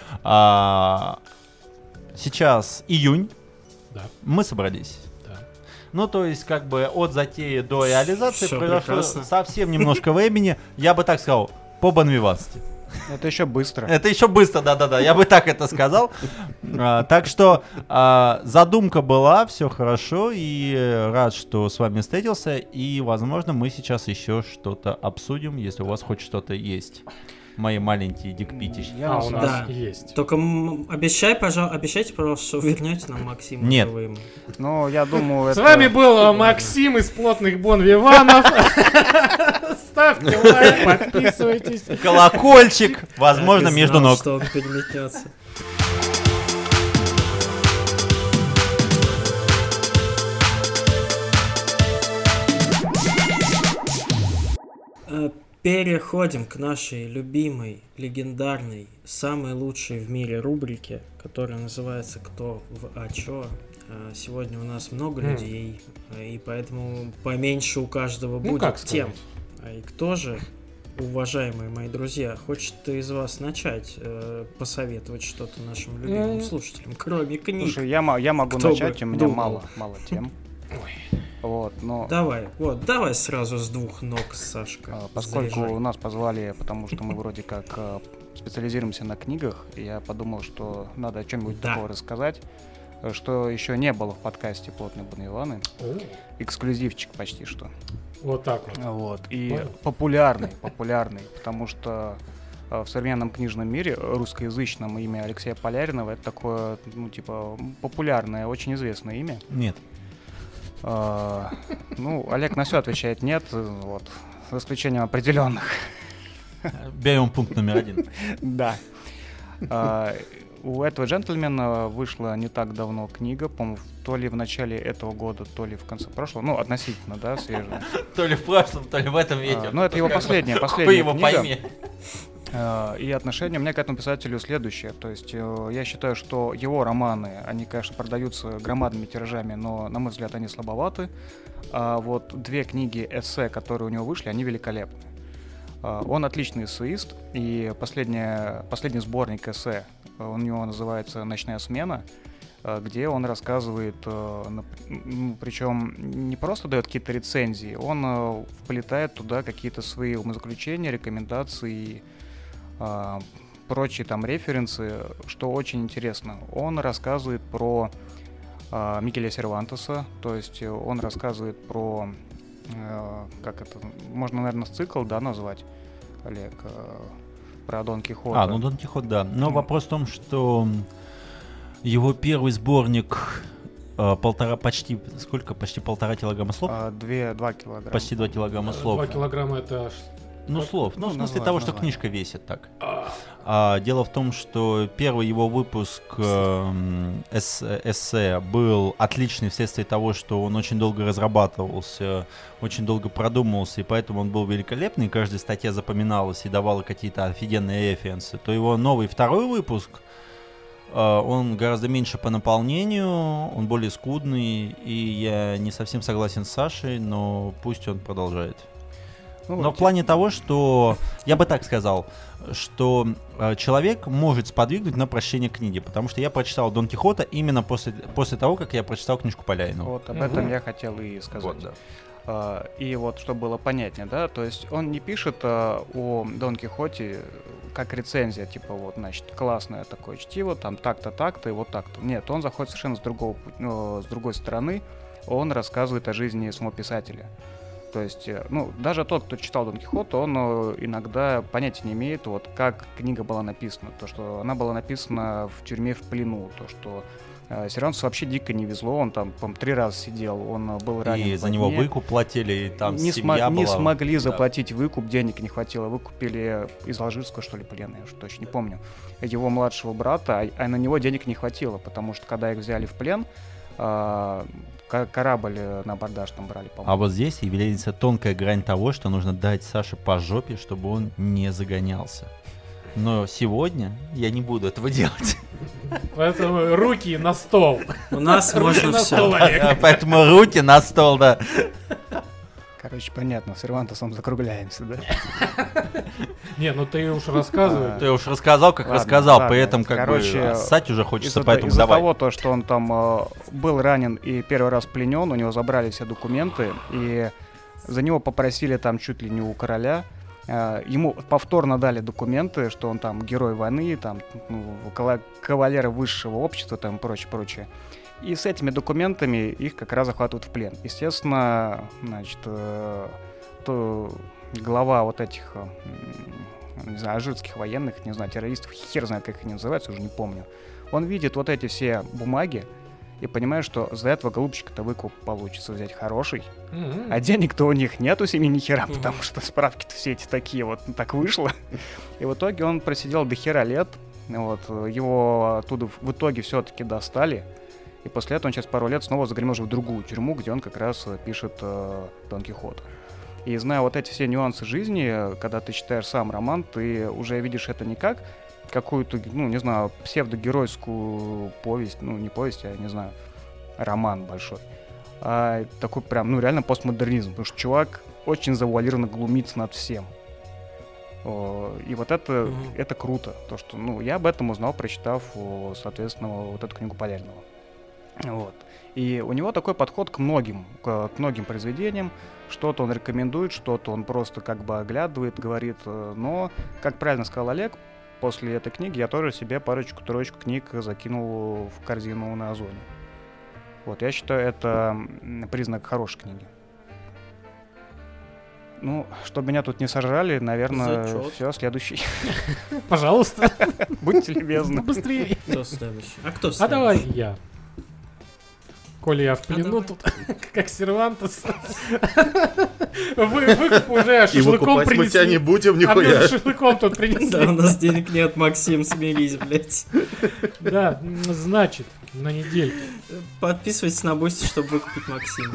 Сейчас июнь, Да. мы собрались. Да. То есть, как бы от затеи до реализации Всё произошло прекрасно. совсем немножко времени, я бы так сказал, по банвиванстве. Это еще быстро. Это еще быстро, да-да-да, я бы так это сказал. Так что задумка была, все хорошо, и рад, что с вами встретился, и, возможно, мы сейчас еще что-то обсудим, если у вас хоть что-то есть. Мои маленькие дикпитищи. Я у нас Да. есть. Только обещайте, пожалуйста, что вернете нам Максима. Нет. живым. Ну, я думаю, С вами был Максим из плотных Бон-Виванов. Ставьте лайк, подписывайтесь. Колокольчик, возможно, Так и между знал, ног. что он переметнется. Переходим к нашей любимой, легендарной, самой лучшей в мире рубрике, которая называется «Кто в а чё?». Сегодня у нас много людей, и поэтому поменьше у каждого Ну, будет как тем. сказать? И кто же, уважаемые мои друзья, хочет из вас начать посоветовать что-то нашим любимым слушателям, кроме книг? Слушай, я могу Кто бы начать, у меня думал. мало тем. Вот, но Давай сразу с двух ног, Сашка. поскольку заряжай. нас позвали, потому что мы вроде как специализируемся на книгах, я подумал, что надо о чем-нибудь Да. такого рассказать, что еще не было в подкасте «Плотные Бон-Виваны». О, Эксклюзивчик почти что. Вот так вот. Вот. И Понял. популярный, потому что в современном книжном мире, русскоязычном, имя Алексея Поляринова — это такое, популярное, очень известное имя. Нет. Олег на все отвечает нет, вот, за исключением определенных. Берем пункт номер 1. Да. У этого джентльмена вышла не так давно книга, по-моему, то ли в начале этого года, то ли в конце прошлого, относительно, да, свежая. То ли в прошлом, то ли в этом веке. Это его последняя Вы его книга. пойми. И отношение у меня к этому писателю следующее. То есть я считаю, что его романы, они, конечно, продаются громадными тиражами, но, на мой взгляд, они слабоваты. А вот две книги эссе, которые у него вышли, они великолепны. Он отличный эссеист, и последний сборник эссе у него называется «Ночная смена», где он рассказывает, причем не просто дает какие-то рецензии, он вплетает туда какие-то свои умозаключения, рекомендации, прочие там референсы, что очень интересно. Он рассказывает про Мигеля Сервантеса, то есть он рассказывает про, можно, наверное, цикл, да, назвать, Олег, про Дон Кихота. Дон Кихот, да. Но вопрос в том, что его первый сборник почти 1,5 килограмма слов. 2 килограмма. Почти 2 килограмма слов. 2 килограмма это... Слов. В смысле название, того, что название. книжка весит так. Дело в том, что первый его выпуск эссе был отличный вследствие того, что он очень долго разрабатывался, очень долго продумывался, и поэтому он был великолепный, каждая статья запоминалась и давала какие-то офигенные референсы. То его новый второй выпуск, он гораздо меньше по наполнению, он более скудный, и я не совсем согласен с Сашей, но пусть он продолжает. Но в плане того, что, я бы так сказал, что человек может сподвигнуть на прочтение книги, потому что я прочитал Дон Кихота именно после того, как я прочитал книжку Поляринова. Вот об этом я хотел и сказать. Вот, да. И вот, чтобы было понятнее, да, то есть он не пишет о Дон Кихоте как рецензия, типа вот, значит, классное такое чтиво, там так-то, так-то и вот так-то. Нет, он заходит совершенно с другой стороны, он рассказывает о жизни самого писателя. То есть, даже тот, кто читал Дон Кихота, он иногда понятия не имеет, вот как книга была написана. То, что она была написана в тюрьме в плену, то, что Сервантесу вообще дико не везло, он там, по-моему, 3 раза сидел, он был ранен. И за него выкуп платили, и там не семья была. Не смогли Да. заплатить выкуп, денег не хватило. Выкупили из алжирского, что ли, плена, я уж точно не помню, его младшего брата, а на него денег не хватило, потому что когда их взяли в плен, корабль на абордаж там брали, по-моему. А вот здесь является тонкая грань того, что нужно дать Саше по жопе, чтобы он не загонялся. Но сегодня я не буду этого делать. Поэтому руки на стол. У нас можно на все. стол, Олег. Поэтому руки на стол, да. Короче, понятно, с Сервантосом закругляемся, да? Не, ну ты уж рассказывай. Ты уж рассказал, как Ладно, рассказал, ладно. при этом как Короче, бы ссать уже хочется, Из-за поэтому из-за давай. того, то, что он там был ранен и первый раз пленен, у него забрали все документы, и за него попросили там чуть ли не у короля. Ему повторно дали документы, что он там герой войны, там кавалер высшего общества, там прочее. И с этими документами их как раз захватывают в плен. Естественно, значит, глава вот этих, не знаю, ажирских военных, не знаю, террористов, хер знает, как они называются, уже не помню. Он видит вот эти все бумаги и понимает, что за этого голубчика-то выкуп получится взять хороший, а денег-то у них нет у семьи ни хера, потому что справки-то все эти такие, вот так вышло. И в итоге он просидел до хера лет, вот, его оттуда в итоге все-таки достали, и после этого он через пару лет снова загремел уже в другую тюрьму, где он как раз пишет Дон Кихота. И зная вот эти все нюансы жизни, когда ты читаешь сам роман, ты уже видишь это не как какую-то, ну, не знаю, псевдогеройскую повесть, ну, не повесть, а, не знаю, роман большой, а такой прям, ну, реально постмодернизм, потому что чувак очень завуалированно глумится над всем. И вот это круто, то, что, ну, я об этом узнал, прочитав, соответственно, вот эту книгу Полярного. Вот. И у него такой подход к многим произведениям. Что-то он рекомендует, что-то он просто как бы оглядывает, говорит. Но, как правильно сказал Олег, после этой книги я тоже себе парочку-троечку книг закинул в корзину на Озоне. Вот, я считаю, это признак хорошей книги. Ну, чтобы меня тут не сожрали, наверное, Зачет. все, следующий. Пожалуйста, Будьте любезны. быстрее. Кто следующий? А кто А следующий? давай я. Коли я в плену давай. тут, как Сервантос. Выкуп уже И шашлыком выкупать мы тебя не принесли. будем, А мне нихуя. уже шашлыком тут Да, у принесли. нас денег нет, Максим, смирись, блядь. Да, значит, на недельку. Подписывайтесь на Бусти, чтобы выкупить Максима.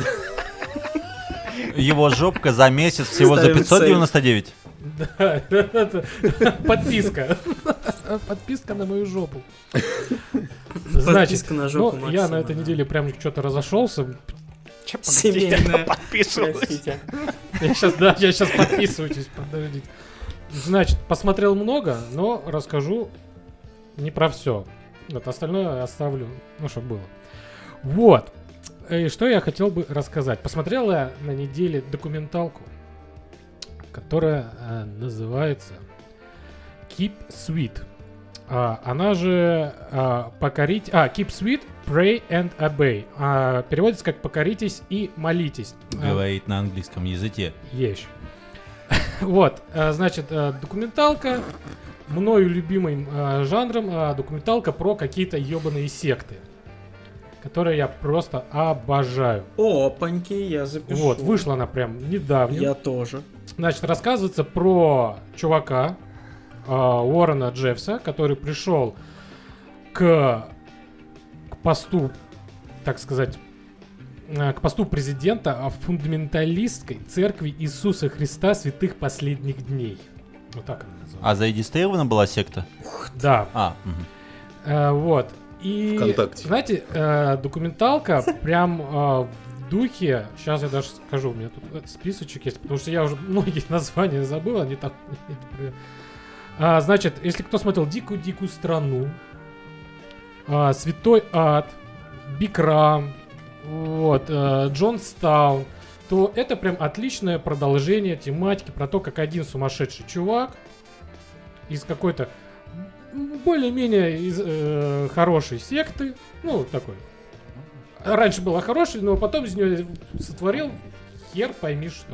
Его жопка за месяц всего за Ставим 599. Да, это подписка. Подписка на мою жопу. Значит, Подписка на жопу ну, я на Максима, этой да. неделе прям что-то разошелся. Семейная. Подписывайтесь. Я сейчас подписывайтесь, подождите. Значит, посмотрел много, но расскажу не про все. Вот остальное оставлю, ну, чтобы было. Вот. И что я хотел бы рассказать. Посмотрел я на неделе документалку, которая называется Keep Sweet. Она же покорить... Keep Sweet, Pray and Obey. Переводится как «покоритесь и молитесь». Говорит на английском языке. Есть. Вот, значит, документалка, мною любимым жанром, документалка про какие-то ебаные секты, которые я просто обожаю. Опаньки, я запишу. Вот, вышла она прям недавно. Я тоже. Значит, рассказывается про чувака Уоррена Джеффса, который пришел к посту, так сказать, к посту президента фундаменталистской церкви Иисуса Христа святых последних дней. Вот так она называется. А зарегистрирована была секта? Да. Вот. И, ВКонтакте. знаете, документалка прям в духе, сейчас я даже скажу, у меня тут списочек есть, потому что я уже многие названия забыл, они там... Значит, если кто смотрел «Дикую-дикую страну», «Святой ад», «Бикрам», вот, «Джонстаун», то это прям отличное продолжение тематики про то, как один сумасшедший чувак из какой-то более-менее хорошей секты, ну, такой. Раньше была хорошей, но потом из нее сотворил хер пойми что.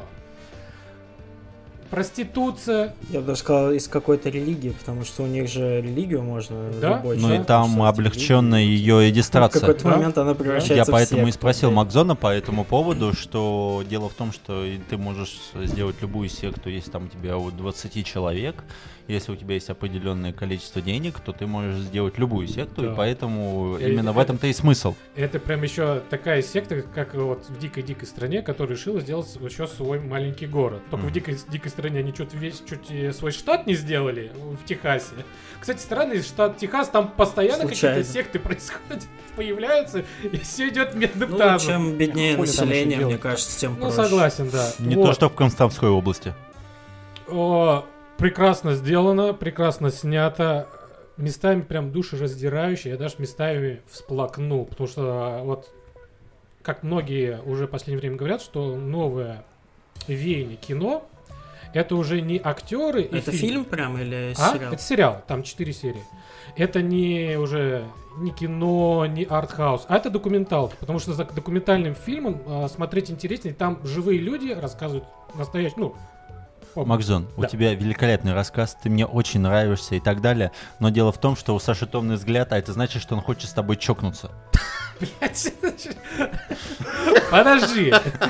Проституция. Я бы даже сказал, из какой-то религии, потому что у них же религию можно Да? любой Ну человек и там написать облегченная религию. ее В регистрация. какой-то Да? момент она превращается Я в поэтому и секту, спросил блядь. Макзона по этому поводу, что дело в том, что ты можешь сделать любую секту, если там у тебя от 20 человек, если у тебя есть определенное количество денег, то ты можешь сделать любую секту, Да. и поэтому Я именно это- в этом-то и смысл. Это прям еще такая секта, как вот в дикой-дикой стране, которая решила сделать еще свой маленький город. Только в дикой-дикой стороне они чуть свой штат не сделали в Техасе. Кстати, странный штат Техас, там постоянно какие-то секты происходят, появляются, и все идет медным тазом. Чем беднее население, мне кажется, тем проще. Согласен, да. Не то, что в Комсомольской области. Прекрасно сделано, прекрасно снято. Местами прям душераздирающе. Я даже местами всплакнул, потому что вот как многие уже в последнее время говорят, что новое веяние кино это уже не актеры и это фильм прям или сериал? Это сериал, там 4 серии. Это не уже не кино, не артхаус, а это документалка, потому что за документальным фильмом смотреть интереснее, там живые люди рассказывают настоящий, Макзон, да. У тебя великолепный рассказ, ты мне очень нравишься и так далее, но дело в том, что у Саши томный взгляд, а это значит, что он хочет с тобой чокнуться. Блять, подожди.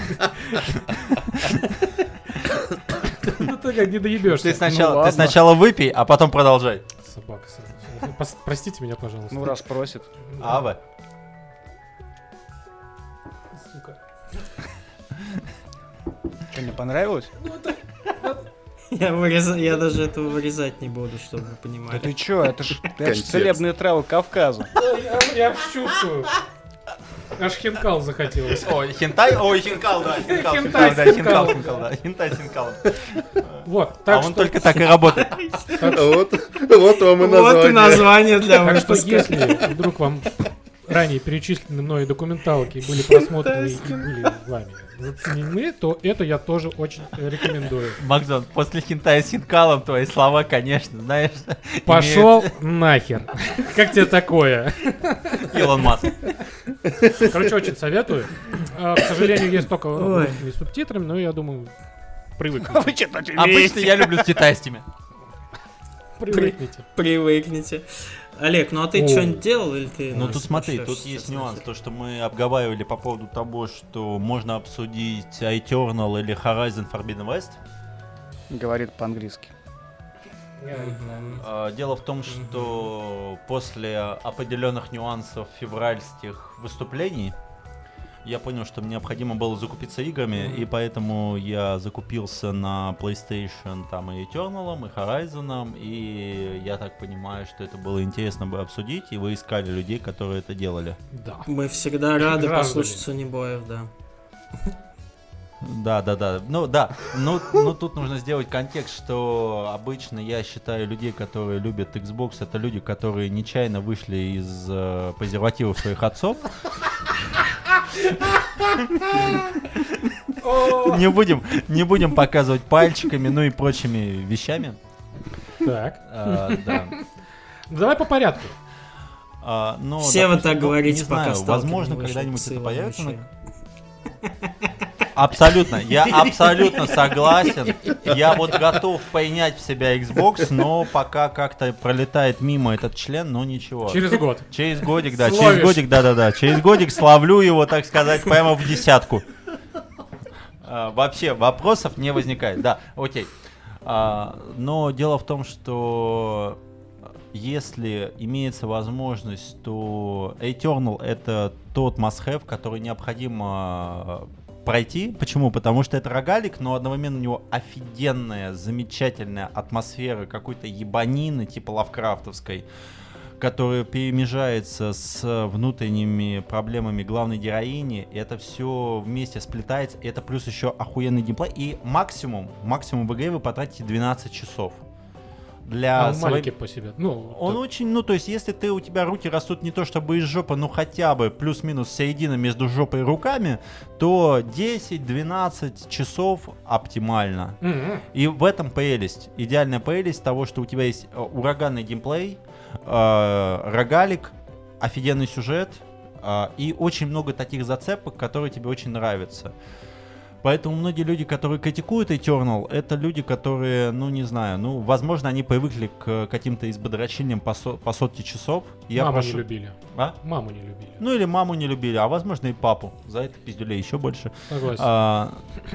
Ну ты как не доебешься. Ты сначала выпей, а потом продолжай. Собака. Простите меня, пожалуйста. Ну раз просит. Ава. Сука. Что, не понравилось? Я даже этого вырезать не буду, чтобы вы понимали. Да ты чё, это ж целебные травы Кавказа. Я чувствую. Аж хинкал захотелось. Ой, хинтай? Ой, хинкал, да. Хинкал. Вот, а он только так и работает. Вот вам и название. Вот и название для Так что выпуска. если вдруг вам ранее перечисленные мной документалки были просмотрены и были вами заценены, то это я тоже очень рекомендую. Макзон, после хинтая с хинкалом твои слова, конечно, знаешь... Пошел нахер. Как тебе такое? Илон Маск. Короче, очень советую. К сожалению, есть только русскими субтитрами, но я думаю, привыкните. Обычно я люблю с китайскими. Привыкните. Олег, ну а ты что-нибудь делал или ты... Ну тут смотри, тут есть нюанс. То, что мы обговаривали по поводу того, что можно обсудить Eternal или Horizon Forbidden West. Говорит по-английски. Дело в том, что после определенных нюансов февральских выступлений я понял, что мне необходимо было закупиться играми, и поэтому я закупился на PlayStation там и Eternal, и Horizon, и я так понимаю, что это было интересно бы обсудить, и вы искали людей, которые это делали. Да. Мы всегда рады послушать Сонибоев, да. Да. Ну, тут нужно сделать контекст, что обычно я считаю людей, которые любят Xbox, это люди, которые нечаянно вышли из презервативов своих отцов. Не будем показывать пальчиками, ну и прочими вещами. Так. Да. Давай по порядку. Все вы так говорите, не пока знаю, возможно, когда-нибудь это появится. Абсолютно, я абсолютно согласен. Я вот готов принять в себя Xbox, но пока как-то пролетает мимо этот член, но ничего. Через год. Через годик, да. Через годик славлю его, так сказать, прямо в десятку. Вообще вопросов не возникает. Да, окей. Но дело в том, что если имеется возможность, то Eternal — это тот must-have, который необходимо пройти. Почему? Потому что это рогалик, но одновременно у него офигенная, замечательная атмосфера какой-то ебанины типа лавкрафтовской, которая перемежается с внутренними проблемами главной героини. Это все вместе сплетается. Это плюс еще охуенный геймплей. И максимум в игре вы потратите 12 часов. Для маленький по себе. Он очень, то есть, если у тебя руки растут не то чтобы из жопы, но хотя бы плюс-минус середина между жопой и руками, то 10-12 часов оптимально. И в этом прелесть. Идеальная прелесть того, что у тебя есть ураганный геймплей, рогалик, офигенный сюжет и очень много таких зацепок, которые тебе очень нравятся. Поэтому многие люди, которые критикуют Eternal, это люди, которые, возможно, они привыкли к каким-то избодрочениям по сотке часов. Маму не любили. А? Маму не любили. Ну или маму не любили, а возможно и папу. За это пиздюлей еще больше. Согласен.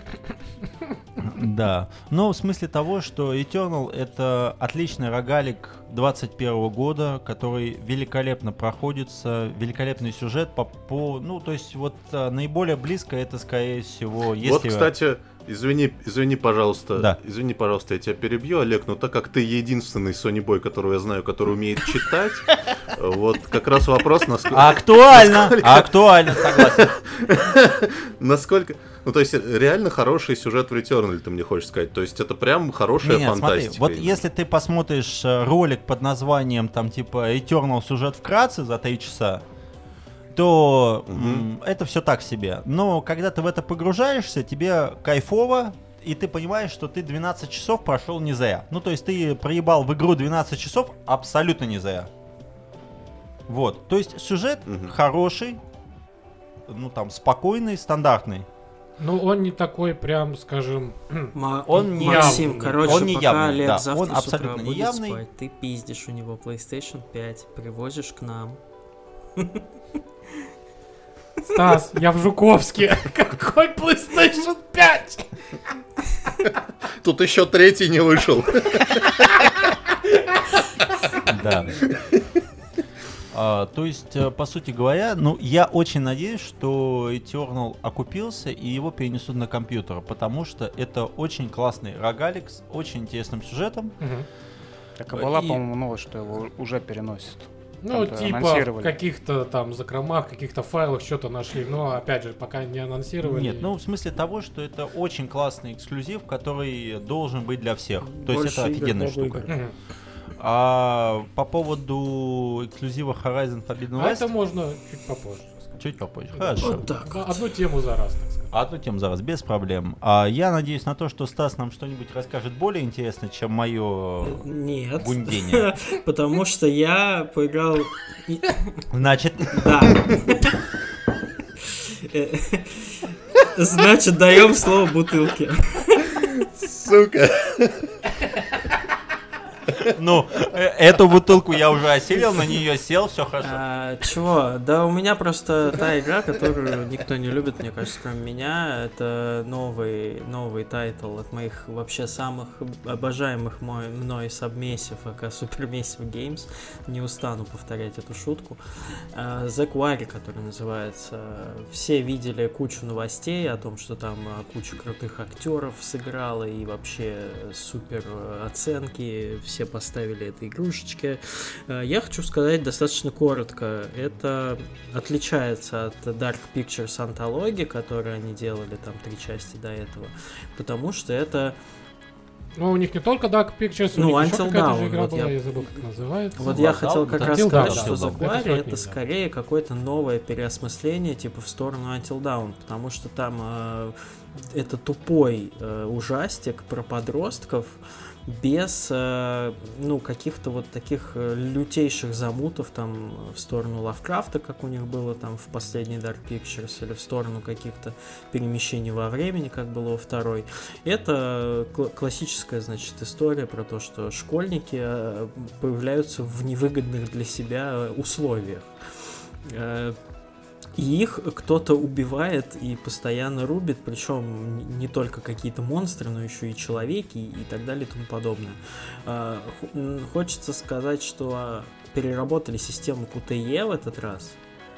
Да. Но в смысле того, что Eternal — это отличный рогалик 21 года, который великолепно проходится, великолепный сюжет то есть вот наиболее близко это, скорее всего, если... Вот, кстати, Извини, пожалуйста. Да. Извини, пожалуйста, я тебя перебью, Олег, но так как ты единственный Sony Boy, которого я знаю, который умеет читать, вот как раз вопрос, насколько... Актуально, согласен. Насколько... Ну, то есть, реально хороший сюжет в Returnal, ты мне хочешь сказать. То есть, это прям хорошая фантастика. Смотри, вот если ты посмотришь ролик под названием, там, типа, Eternal сюжет вкратце за 3 часа, то это все так себе. Но когда ты в это погружаешься, тебе кайфово, и ты понимаешь, что ты 12 часов прошел не зря. Ну, то есть, ты проебал в игру 12 часов абсолютно не зря. Вот, то есть, сюжет хороший, ну, там, спокойный, стандартный. Ну, он не такой прям, скажем... Он не Максим, явный. короче, Он не пока явный, Олег да. завтра Он с утра абсолютно не будет явный. спать, ты пиздишь у него PlayStation 5, привозишь к нам. Стас, я в Жуковске. Какой PlayStation 5? Тут еще 3 не вышел. Да. То есть, по сути говоря, ну, я очень надеюсь, что Eternal окупился и его перенесут на компьютер, потому что это очень классный рогалик с очень интересным сюжетом. Так и была, по-моему, новость, что его уже переносят. Ну, Там-то типа анонсировали. в каких-то там закромах, каких-то файлах что-то нашли, но опять же, пока не анонсировали. Нет, ну в смысле того, что это очень классный эксклюзив, который должен быть для всех. То есть Больше это игр, офигенная много штука. игр. А по поводу эксклюзива Horizon Forbidden West, это можно чуть попозже рассказать. чуть попозже. Хорошо. Вот так вот. Одну тему за раз, так сказать. Одну тему за раз, без проблем. Я надеюсь на то, что Стас нам что-нибудь расскажет более интересное, чем мое Нет. гундение. Потому что я поиграл... Значит, Да. Значит, даем слово бутылке. Сука. ну, эту бутылку я уже осилил, на нее сел, все хорошо. Чего? Да у меня просто та игра, которую никто не любит, мне кажется, кроме меня. Это новый тайтл от моих вообще самых обожаемых мной Submissive, aka Supermassive Games. Не устану повторять эту шутку. The Quarry, который называется. Все видели кучу новостей о том, что там куча крутых актеров сыграла и вообще супер оценки. Все поставили этой игрушечке. Я хочу сказать достаточно коротко. Это отличается от Dark Pictures антологии, которые они делали там 3 части до этого, потому что это... Ну, у них не только Dark Pictures, у Ну, них еще Until какая-то Dawn, же игра вот была, я- я забыл, как называется. Вот я Until хотел Dawn, как да. раз Until сказать, Dawn, что Until The Dawn. Quarry Это это да. скорее какое-то новое переосмысление типа в сторону Until Dawn, потому что там это тупой ужастик про подростков без каких-то вот таких лютейших замутов там в сторону Лавкрафта, как у них было там в последней Dark Pictures, или в сторону каких-то перемещений во времени, как было во второй. Это классическая, значит, история про то, что школьники появляются в невыгодных для себя условиях. И их кто-то убивает и постоянно рубит, причем не только какие-то монстры, но еще и человеки и так далее и тому подобное. Хочется сказать, что переработали систему QTE в этот раз.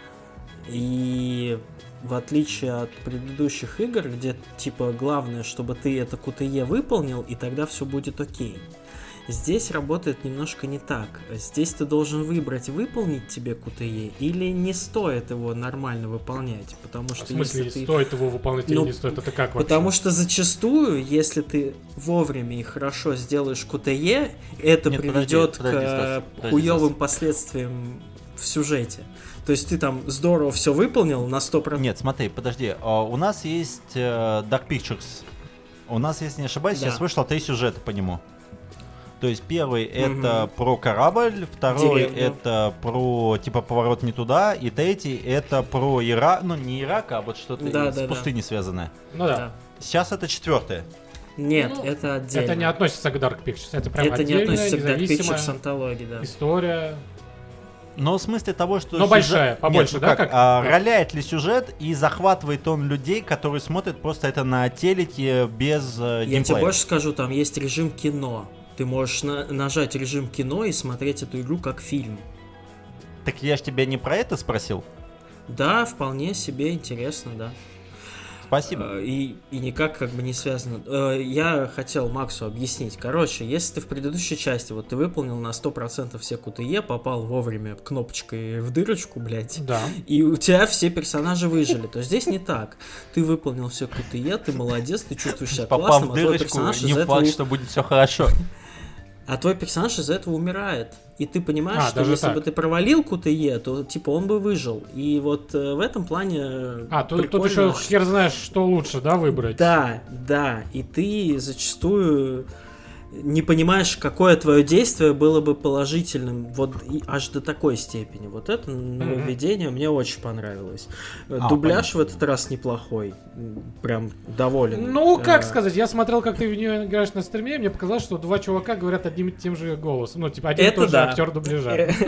И в отличие от предыдущих игр, где типа главное, чтобы ты это QTE выполнил, и тогда все будет окей. Здесь работает немножко не так. Здесь ты должен выбрать, выполнить тебе QTE или не стоит его нормально выполнять. Потому что В смысле, если ты... стоит его выполнять или Ну, не стоит? Это как вообще? Потому что зачастую, если ты вовремя и хорошо сделаешь QTE, это Нет, приведет подожди, к Стас, хуёвым Стас. последствиям в сюжете. То есть ты там здорово все выполнил на 100%. Нет, смотри, подожди. У нас есть Dark Pictures. У нас, если не ошибаюсь, Да. сейчас вышло 3 сюжета по нему. То есть первый это про корабль, второй Деревню. это про типа поворот не туда, и третий это про Ирак, ну не Ирак, а вот что-то Да, с да, да. пустыней связанное. Ну да. Да. Сейчас это 4. Нет, Ну, это отдельно. Это не относится к Dark Pictures, это прям Это не отдельная, относится к Dark независимая Pictures антологии, да. история. Но в смысле того, что... Но большая, побольше, Нет, да, как? роляет ли сюжет и захватывает он людей, которые смотрят просто это на телеке без Я тебе геймплея? больше скажу, там есть режим кино. Ты можешь нажать режим кино и смотреть эту игру как фильм. Так я ж тебя не про это спросил. Да, вполне себе интересно, да. Спасибо. И никак как бы не связано. Я хотел Максу объяснить. Короче, если ты в предыдущей части, вот ты выполнил на 100% все КТЕ, попал вовремя кнопочкой в дырочку, блядь, Да. и у тебя все персонажи выжили, то здесь не так. Ты выполнил все КТЕ, ты молодец, ты чувствуешь себя Попав классным, в а твой дырочку, персонаж не из факт, этого... что будет все хорошо. А твой персонаж из-за этого умирает. И ты понимаешь, что даже если так. бы ты провалил КТЕ, то типа он бы выжил. И вот в этом плане. Тут прикольно, еще что- хер знаешь, что лучше, да, выбрать? Да, да. И ты зачастую не понимаешь, какое твое действие было бы положительным, вот аж до такой степени. Вот это нововведение мне очень понравилось. Дубляж понятно. в этот раз неплохой. Прям доволен. Ну, как сказать, я смотрел, как ты в нее играешь на стриме, и мне показалось, что два чувака говорят одним и тем же голосом. Ну, типа, один и Это тот же да. актер дубляжа.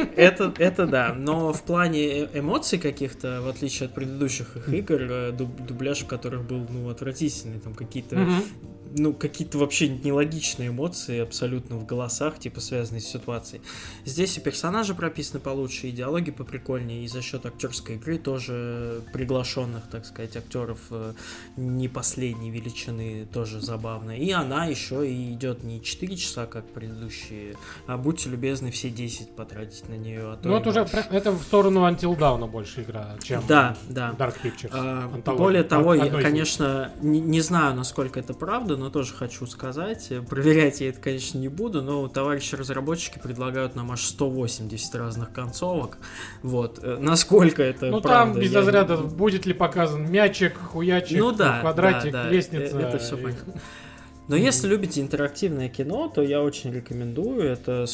Это да, но в плане эмоций каких-то, в отличие от предыдущих их игр, дубляж в которых был, ну, отвратительный, там какие-то, Мгм. ну, какие-то вообще нелогичные эмоции абсолютно в голосах, типа, связанные с ситуацией. Здесь и персонажи прописаны получше, и диалоги поприкольнее, и за счет актерской игры тоже приглашенных, так сказать, актеров не последней величины тоже забавно. И она еще и идет не 4 часа, как предыдущие, а будьте любезны все 10 потратить на нее. А то Ну, и это уже больше. это в сторону Until Dawn больше игра, чем Да, да. Dark Pictures. Антология. Более того, я, Одной из них. конечно, не знаю, насколько это правда, но тоже хочу сказать. Проверять я это, конечно, не буду, но товарищи разработчики предлагают нам аж 180 разных концовок. Вот. Насколько это Ну, правда? там без я- разрядов будет ли показан мячик, хуячик, Ну да, квадратик, да, да, лестница. это все понятно. Но если любите интерактивное кино, то я очень рекомендую. Это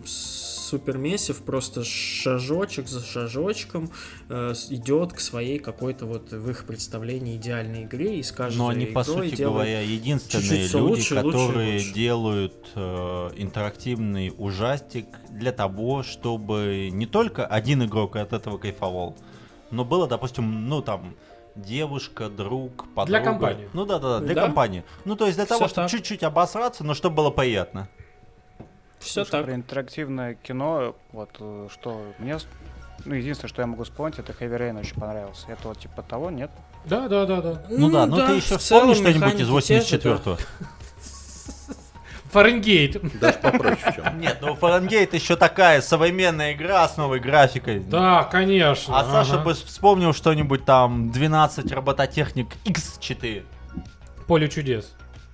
супер месив, просто шажочек за шажочком идет к своей какой-то вот в их представлении идеальной игре, и с каждой Но они, по игрой сути делают говоря, единственные чуть-чуть всё люди, лучше, лучше и которые лучше. делают интерактивный ужастик для того, чтобы не только один игрок от этого кайфовал, но было, допустим, ну там, девушка, друг, подруга. Для компании. Ну да, для Да? компании. Ну то есть для Всё того, чтобы так. чуть-чуть обосраться, но чтобы было приятно. Все Слушай, так. про интерактивное кино, вот что мне, ну, единственное, что я могу вспомнить, это Heavy Rain очень понравился. Это вот типа того, нет? Да. Ну да, ну ты еще в целом вспомни что-нибудь из механики те же, 84-го. Фаренгейт. Даже попроще в чем. Нет, ну Фаренгейт еще такая современная игра с новой графикой. Да, конечно. А Саша ага. бы вспомнил что-нибудь там 12 робототехник X4. Поле чудес.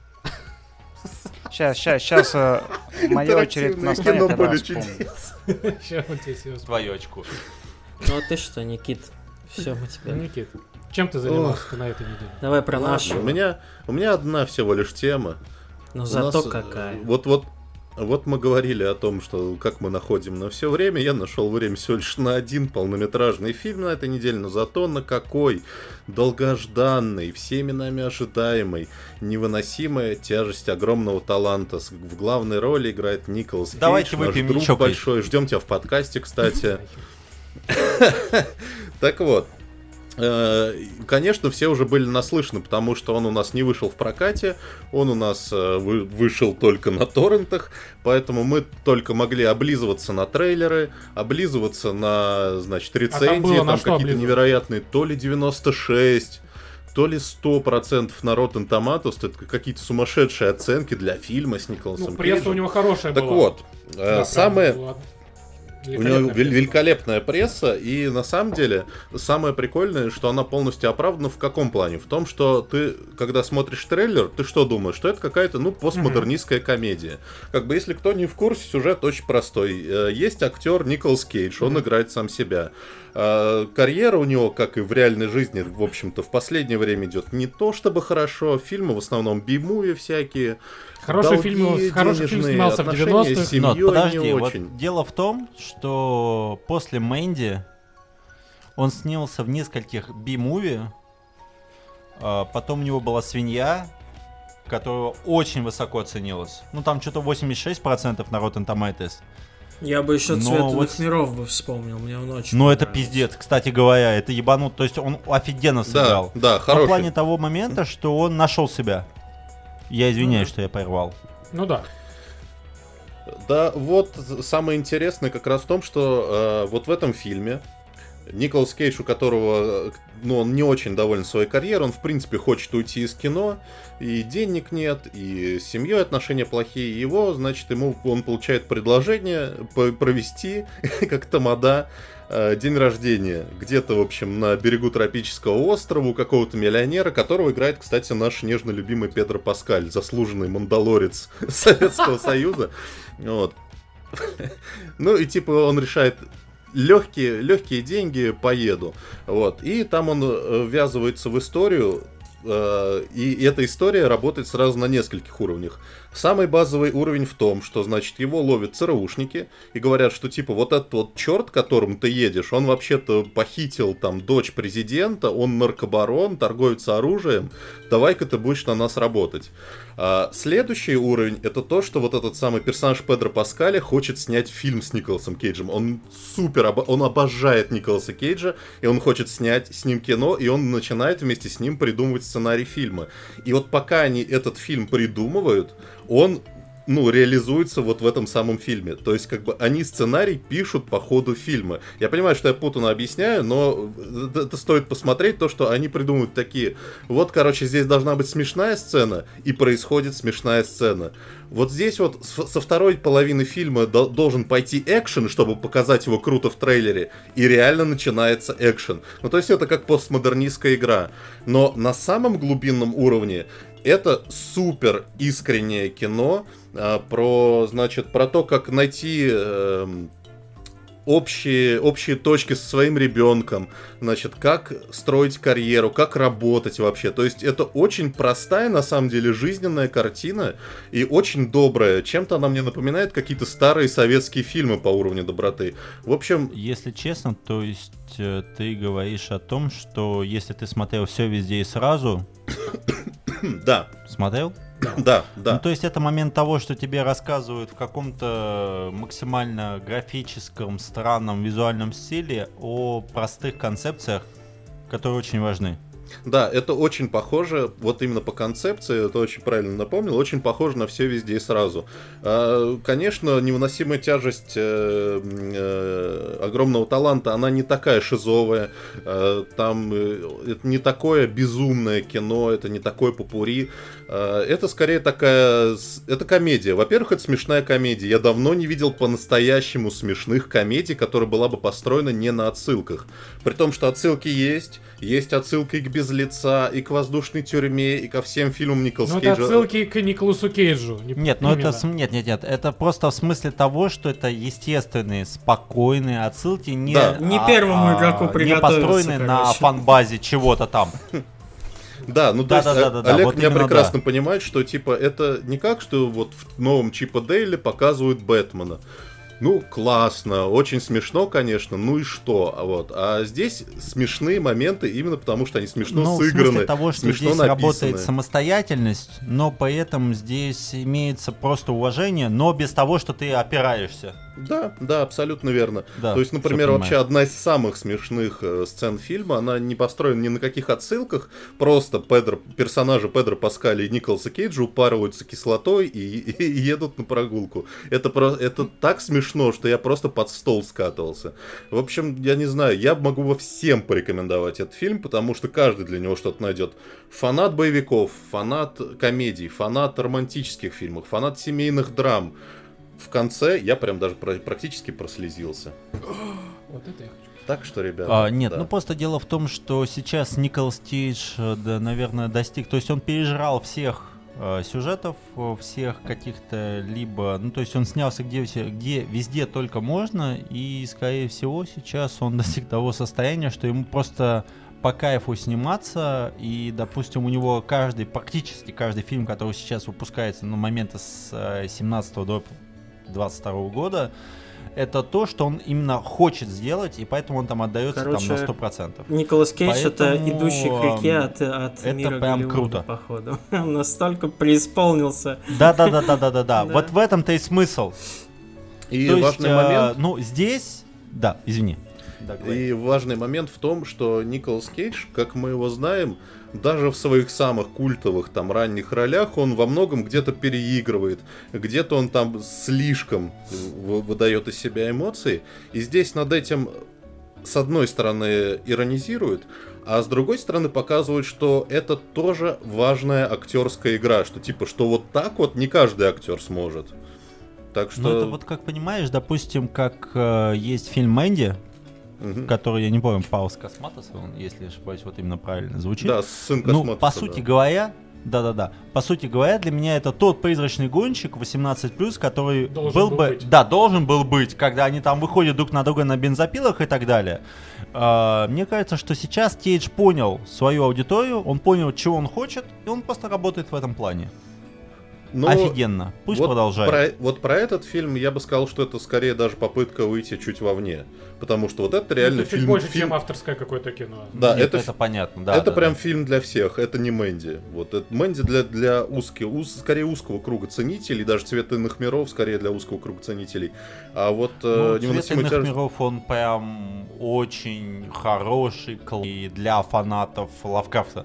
Сейчас моя очередь Интерактивное настанет, кино я «Поле да, вспомню. Сейчас вот тебе все Твою очку. Ну а ты что, Никит? Все, мы тебя... Никит, чем ты занимался на этой неделе? Давай про Ладно, нашу. у меня одна всего лишь тема. Но У зато нас, какая. Вот мы говорили о том, что как мы находим на все время. Я нашел время всего лишь на один полнометражный фильм на этой неделе, но зато на какой долгожданный, всеми нами ожидаемый, невыносимая тяжесть огромного таланта. В главной роли играет Николас Кейдж, Давайте наш выпьем, друг не чокаясь. большой. Ждем тебя в подкасте, кстати. Так вот. Конечно, все уже были наслышаны, потому что он у нас не вышел в прокате, он у нас вышел только на торрентах, поэтому мы только могли облизываться на трейлеры, облизываться на, значит, рецензии, было на там что какие-то облизываться? невероятные, то ли 96, то ли 100% на Rotten Tomatoes, это какие-то сумасшедшие оценки для фильма с Николасом Ну, пресса у Кейджем. него хорошая Так была. вот, Да, прям самое... была У него великолепная пресса. великолепная пресса, и на самом деле самое прикольное, что она полностью оправдана в каком плане? В том, что ты, когда смотришь трейлер, ты что думаешь? Что это какая-то, ну, постмодернистская комедия. Как бы, если кто не в курсе, сюжет очень простой. Есть актер Николас Кейдж, он играет сам себя. Карьера у него, как и в реальной жизни, в общем-то, в последнее время идет не то чтобы хорошо. Фильмы в основном би-муви всякие. Хороший долги фильм, хороший фильм денежные, снимался в отношения 90-х. с семьей Но подожди, не вот очень. дело в том, что после Мэнди он снялся в нескольких би-муви, потом у него была «Свинья», которая очень высоко ценилась. Ну там что-то 86% на Rotten Tomatoes. Я бы еще Но «Цвет вот- двух миров» бы вспомнил, мне он очень Но это понравился. пиздец, кстати говоря, это ебанут, то есть он офигенно сыграл. Да, Но в хороший. плане того момента, что он нашел себя. Я извиняюсь, что я прервал. Ну да. Да, вот самое интересное как раз в том, что вот в этом фильме Николас Кейдж, у которого, ну, он не очень доволен своей карьерой, он, в принципе, хочет уйти из кино, и денег нет, и с семьей отношения плохие, его, значит, он получает предложение провести, как тамада, день рождения где-то, в общем, на берегу тропического острова у какого-то миллионера, которого играет, кстати, наш нежно любимый Педро Паскаль, заслуженный мандалорец Советского Союза. Вот. Ну и типа он решает: легкие деньги, поеду. Вот. И там он ввязывается в историю, и эта история работает сразу на нескольких уровнях. Самый базовый уровень в том, что, значит, его ловят ЦРУшники и говорят, что, типа, вот этот вот черт, которым ты едешь, он вообще-то похитил там дочь президента, он наркобарон, торговец оружием, давай-ка ты будешь на нас работать. Следующий уровень — это то, что вот этот самый персонаж Педро Паскаля хочет снять фильм с Николасом Кейджем. Он он обожает Николаса Кейджа, и он хочет снять с ним кино, и он начинает вместе с ним придумывать сценарий фильма. И вот пока они этот фильм придумывают, он, ну, реализуется вот в этом самом фильме. То есть, как бы, они сценарий пишут по ходу фильма. Я понимаю, что я путанно объясняю, но это стоит посмотреть, то, что они придумывают такие: вот, короче, здесь должна быть смешная сцена, и происходит смешная сцена. Вот здесь вот со второй половины фильма должен пойти экшен, чтобы показать его круто в трейлере, и реально начинается экшен. Ну, то есть, это как постмодернистская игра. Но на самом глубинном уровне это супер искреннее кино про то, как найти общие точки со своим ребенком, значит, как строить карьеру, как работать вообще. То есть это очень простая, на самом деле, жизненная картина и очень добрая. Чем-то она мне напоминает какие-то старые советские фильмы по уровню доброты. В общем... Если честно, то есть ты говоришь о том, что если ты смотрел «Все везде и сразу», да. Смотрел? Да. Ну, то есть это момент того, что тебе рассказывают в каком-то максимально графическом, странном визуальном стиле о простых концепциях, которые очень важны. Да, это очень похоже, вот именно по концепции, это очень правильно напомнил, очень похоже на «Все везде и сразу». Конечно, невыносимая тяжесть огромного таланта, она не такая шизовая, там это не такое безумное кино, это не такое попурри, это скорее такая, это комедия. Во-первых, это смешная комедия. Я давно не видел по-настоящему смешных комедий, которая была бы построена не на отсылках. При том, что отсылки есть отсылки к «Без лица», и к «Воздушной тюрьме», и ко всем фильмам Николаса Кейджа. Ну, это отсылки к Николасу Кейджу. Нет, это просто в смысле того, что это естественные, спокойные отсылки, не первому игроку не построенные на фан-базе чего-то там. Да, ну то есть Олег вот меня прекрасно понимает, что типа это не как, что вот в новом Чип и Дейле показывают Бэтмена. Ну, классно, очень смешно, конечно, ну и что? Вот. А здесь смешные моменты именно потому, что они смешно сыграны, в смысле того, что смешно здесь написаны. Работает самостоятельность, но при этом здесь имеется просто уважение, но без того, что ты опираешься. Да, абсолютно верно. Да, то есть, например, вообще одна из самых смешных сцен фильма, она не построена ни на каких отсылках, просто персонажи Педро Паскаля и Николаса Кейджа упарываются кислотой и едут на прогулку. Это так смешно, что я просто под стол скатывался. В общем, я не знаю, я могу во всем порекомендовать этот фильм, потому что каждый для него что-то найдет. Фанат боевиков, фанат комедий, фанат романтических фильмов, фанат семейных драм. В конце я прям даже практически прослезился. Вот это я хочу. Так что, ребята... Нет, да. ну просто дело в том, что сейчас Николас Кейдж, да, наверное, достиг... То есть он пережрал всех сюжетов, всех каких-то либо... Ну, то есть он снялся где везде только можно, и, скорее всего, сейчас он достиг того состояния, что ему просто... по кайфу сниматься, и, допустим, у него практически каждый фильм, который сейчас выпускается на момента с 17 до 22 года, это то, что он именно хочет сделать, и поэтому он там отдается там на 100%. Николас Кейдж это идущий к реке от это мира прям Голливуда, круто. Походу. Он настолько преисполнился. Да. Вот в этом-то и смысл. И то важный есть, момент... ну, здесь... Да, извини. И важный момент в том, что Николас Кейдж, как мы его знаем, даже в своих самых культовых там ранних ролях он во многом где-то переигрывает, где-то он там слишком выдает из себя эмоции. И здесь над этим с одной стороны, иронизирует, а с другой стороны показывает, что это тоже важная актерская игра, что типа, что вот так вот не каждый актер сможет. Так что... Ну это вот как понимаешь, допустим, как есть фильм «Мэнди», Мгм. который, я не помню, Паулс Косматос, он, если я ошибаюсь, вот именно правильно звучит. Да, сын Ну, Косматоса, по сути говоря, по сути говоря, для меня это тот призрачный гонщик 18+, который Должен был быть. Да, должен был быть, когда они там выходят друг на друга на бензопилах и так далее. Мне кажется, что сейчас Кейдж понял свою аудиторию, он понял, чего он хочет, и он просто работает в этом плане. Но Офигенно, пусть вот продолжает. Вот про этот фильм я бы сказал, что это скорее даже попытка выйти чуть вовне. Потому что вот это реально Это чуть фильм... больше, фильм- чем авторское какое-то кино. Да, Нет, это понятно, да. это да, прям да. фильм для всех, это не Мэнди. Вот, это Мэнди для скорее узкого круга ценителей, даже «Цвет иных миров» скорее для узкого круга ценителей. А вот Ну, «Невыносимая «Цвет иных тяжесть». миров», он прям очень хороший и для фанатов Лавкрафта.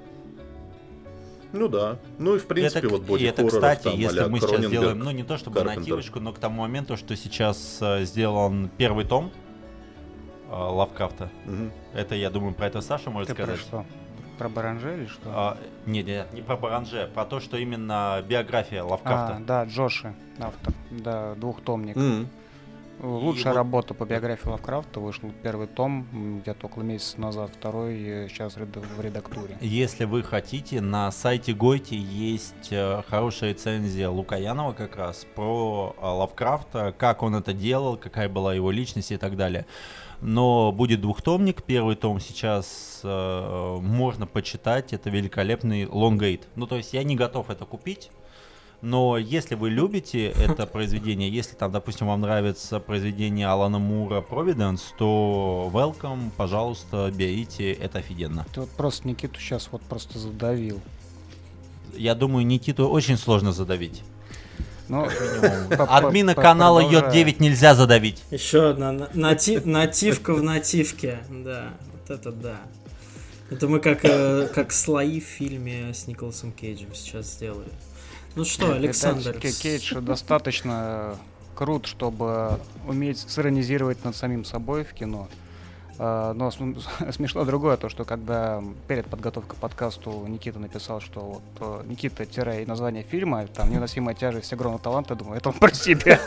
Ну да. Ну и в принципе это, вот и боди это, хорроров кстати, там если а-ля мы сейчас Кроненберг, сделаем, ну не то чтобы Карпентер. нативочку, но к тому моменту, что сейчас сделан первый том Лавкрафта. Мгм. Это, я думаю, про это Саша может Ты про сказать. что? Про Баранже или что? Нет, не про Баранже, про то, что именно биография Лавкрафта. Да, Джоши, автор. Да, двухтомник. Мгм. Лучшая вот- работа по биографии Лавкрафта. Вышел первый том где-то около месяца назад, второй сейчас в редактуре. Если вы хотите, на сайте Гойти есть хорошая рецензия Лукаянова как раз про Лавкрафта, как он это делал, какая была его личность и так далее. Но будет двухтомник, первый том сейчас можно почитать, это великолепный лонгрид. Ну то есть я не готов это купить. Но если вы любите это произведение, если там, допустим, вам нравится произведение Алана Мура «Providence», то welcome, пожалуйста, берите, это офигенно. Ты вот просто Никиту сейчас вот просто задавил. Я думаю, Никиту очень сложно задавить. Ну, Админа канала Йод-9 нельзя задавить. Еще одна нативка в нативке. Да, вот это да. Это мы как слои в фильме с Николасом Кейджем сейчас сделали. Ну что, Александр? Кейдж достаточно крут, чтобы уметь сиронизировать над самим собой в кино. Но смешно другое, то, что когда перед подготовкой к подкасту Никита написал, что вот Никита, название фильма, там «Невыносимая тяжесть огромного таланта», думаю, это он про себя.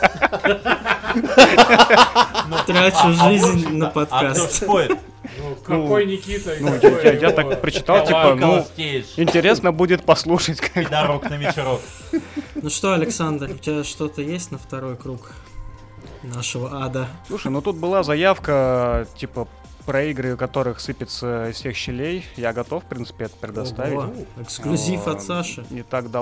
Трачу жизнь на А кто подкаст. спорит? Ну, какой Никита? и Ну, какой я его так прочитал, типа, талант. ну, Николас Кейдж. интересно будет послушать, как... Дорог на вечерок. Ну что, Александр, у тебя что-то есть на второй круг нашего ада? Слушай, ну тут была заявка, типа, про игры, у которых сыпется из всех щелей. Я готов, в принципе, это предоставить. Ого, эксклюзив от Саши. Не так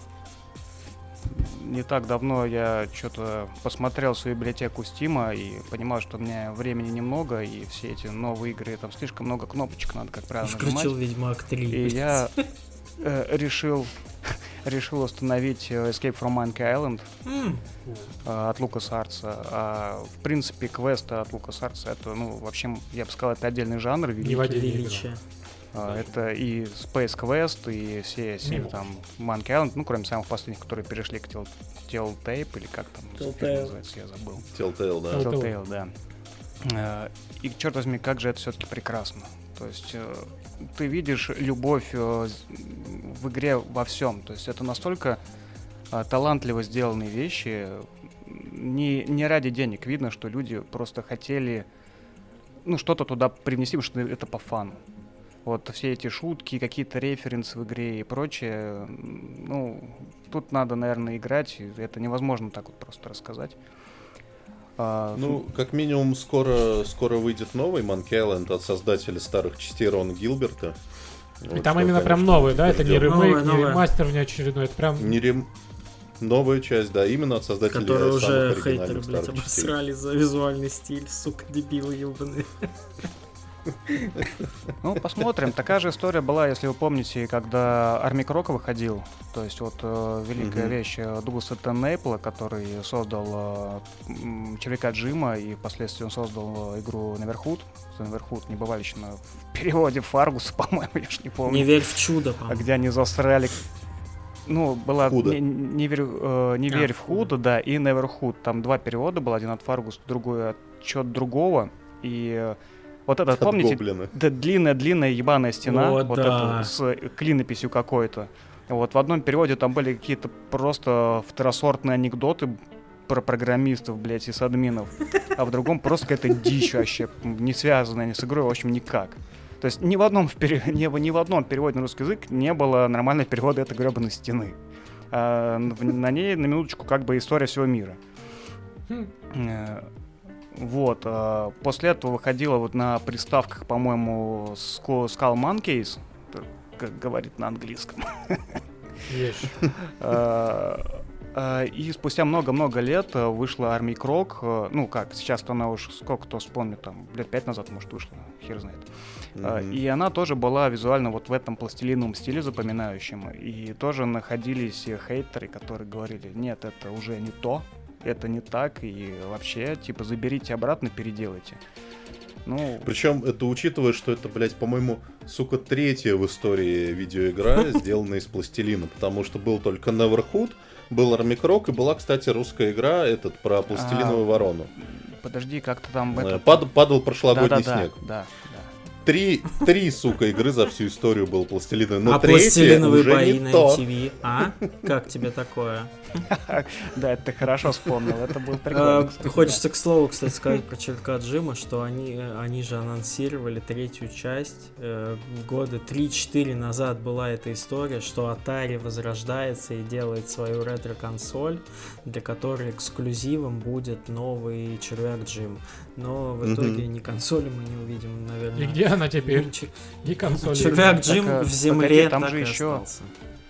давно я что-то посмотрел свою библиотеку Стима и понимал, что у меня времени немного, и все эти новые игры, там слишком много кнопочек надо, как правильно Включил нажимать. Ведьмак 3. И я решил установить Escape from Monkey Island от LucasArts. В принципе, квесты от LucasArts это, ну, вообще, я бы сказал, это отдельный жанр Не великий. в один Величие. Это и Space Quest, и все Мимо. там Monkey Island, ну, кроме самых последних, которые перешли к Telltale, или как там Telltale. называется, я забыл. Telltale, да. Telltale. Telltale, да. И, черт возьми, как же это все-таки прекрасно. То есть ты видишь любовь в игре во всем. То есть это настолько талантливо сделанные вещи. Не ради денег. Видно, что люди просто хотели, ну, что-то туда привнести, потому что это по фану. Вот все эти шутки, какие-то референсы в игре и прочее, ну, тут надо, наверное, играть, и это невозможно так вот просто рассказать. Ну, как минимум, скоро выйдет новый Monkey Island от создателя старых частей Рона Гилберта. И Вот там что, именно прям конечно, новый, да? Это не ждем. ремейк, не Новая. ремастер, не очередной. Это прям... Новая часть, да, именно от создателя Которые самых уже оригинальных хейтеры, блядь, старых частей. обосрали за визуальный стиль, сука, дебилы ебаные. Ну, посмотрим. Такая же история была, если вы помните, когда Армик Рока выходил. То есть вот великая вещь Дугласа Теннейпла, который создал Червяка Джима, и впоследствии он создал игру Neverhood. Neverhood небывалично в переводе Фаргус, по-моему, я ж не помню. Не верь в чудо, А по-моему. где они засрали... Ну, была Худо. не верь в Худо, да, и Neverhood. Там два перевода было, один от Фаргус, другой от чего-то другого. И Вот этот, помните, Гоблины. длинная ебаная стена, Вот, вот да. эту с клинописью какой-то. Вот в одном переводе там были какие-то просто второсортные анекдоты про программистов, блядь, и садминов, а в другом просто какая-то дичь вообще, не связанная ни с игрой, в общем, никак. То есть ни в одном переводе на русский язык не было нормального перевода этой гребаной стены. А на ней, на минуточку, как бы история всего мира. Вот. После этого выходила вот на приставках, по-моему, Skull Monkeys, как говорит на английском. Есть. И спустя много-много лет вышла Army Krog. Ну как, сейчас-то она уж сколько кто вспомнит, там, лет 5 назад, может, вышла, хер знает. И она тоже была визуально вот в этом пластилиновом стиле запоминающем. И тоже находились хейтеры, которые говорили, нет, это уже не то, это не так, и вообще, типа, заберите обратно, переделайте. Ну, Причем это учитывая, что это, блядь, по-моему, сука, третья в истории видеоигра, сделанная из пластилина, потому что был только Neverhood, был Army Krog, и была, кстати, русская игра, про пластилиновую ворону. Подожди, как-то там... Падал прошлогодний Да-да-да, снег. да. Три, сука, игры за всю историю было пластилиновой, но А третья пластилиновые уже бои не на то. MTV, а? Как тебе такое? Да, это ты хорошо вспомнил, это был прикольно. кстати, Хочется, к слову, кстати, сказать про Черка Джима, что они же анонсировали третью часть. Года 3-4 назад была эта история, что Atari возрождается и делает свою ретро-консоль, для которой эксклюзивом будет новый Червяк Джим. Но в итоге ни консоли мы не увидим, наверное. И где она теперь? И консоль. Червяк Джим Так, в земле погоди, там так же и еще- остался.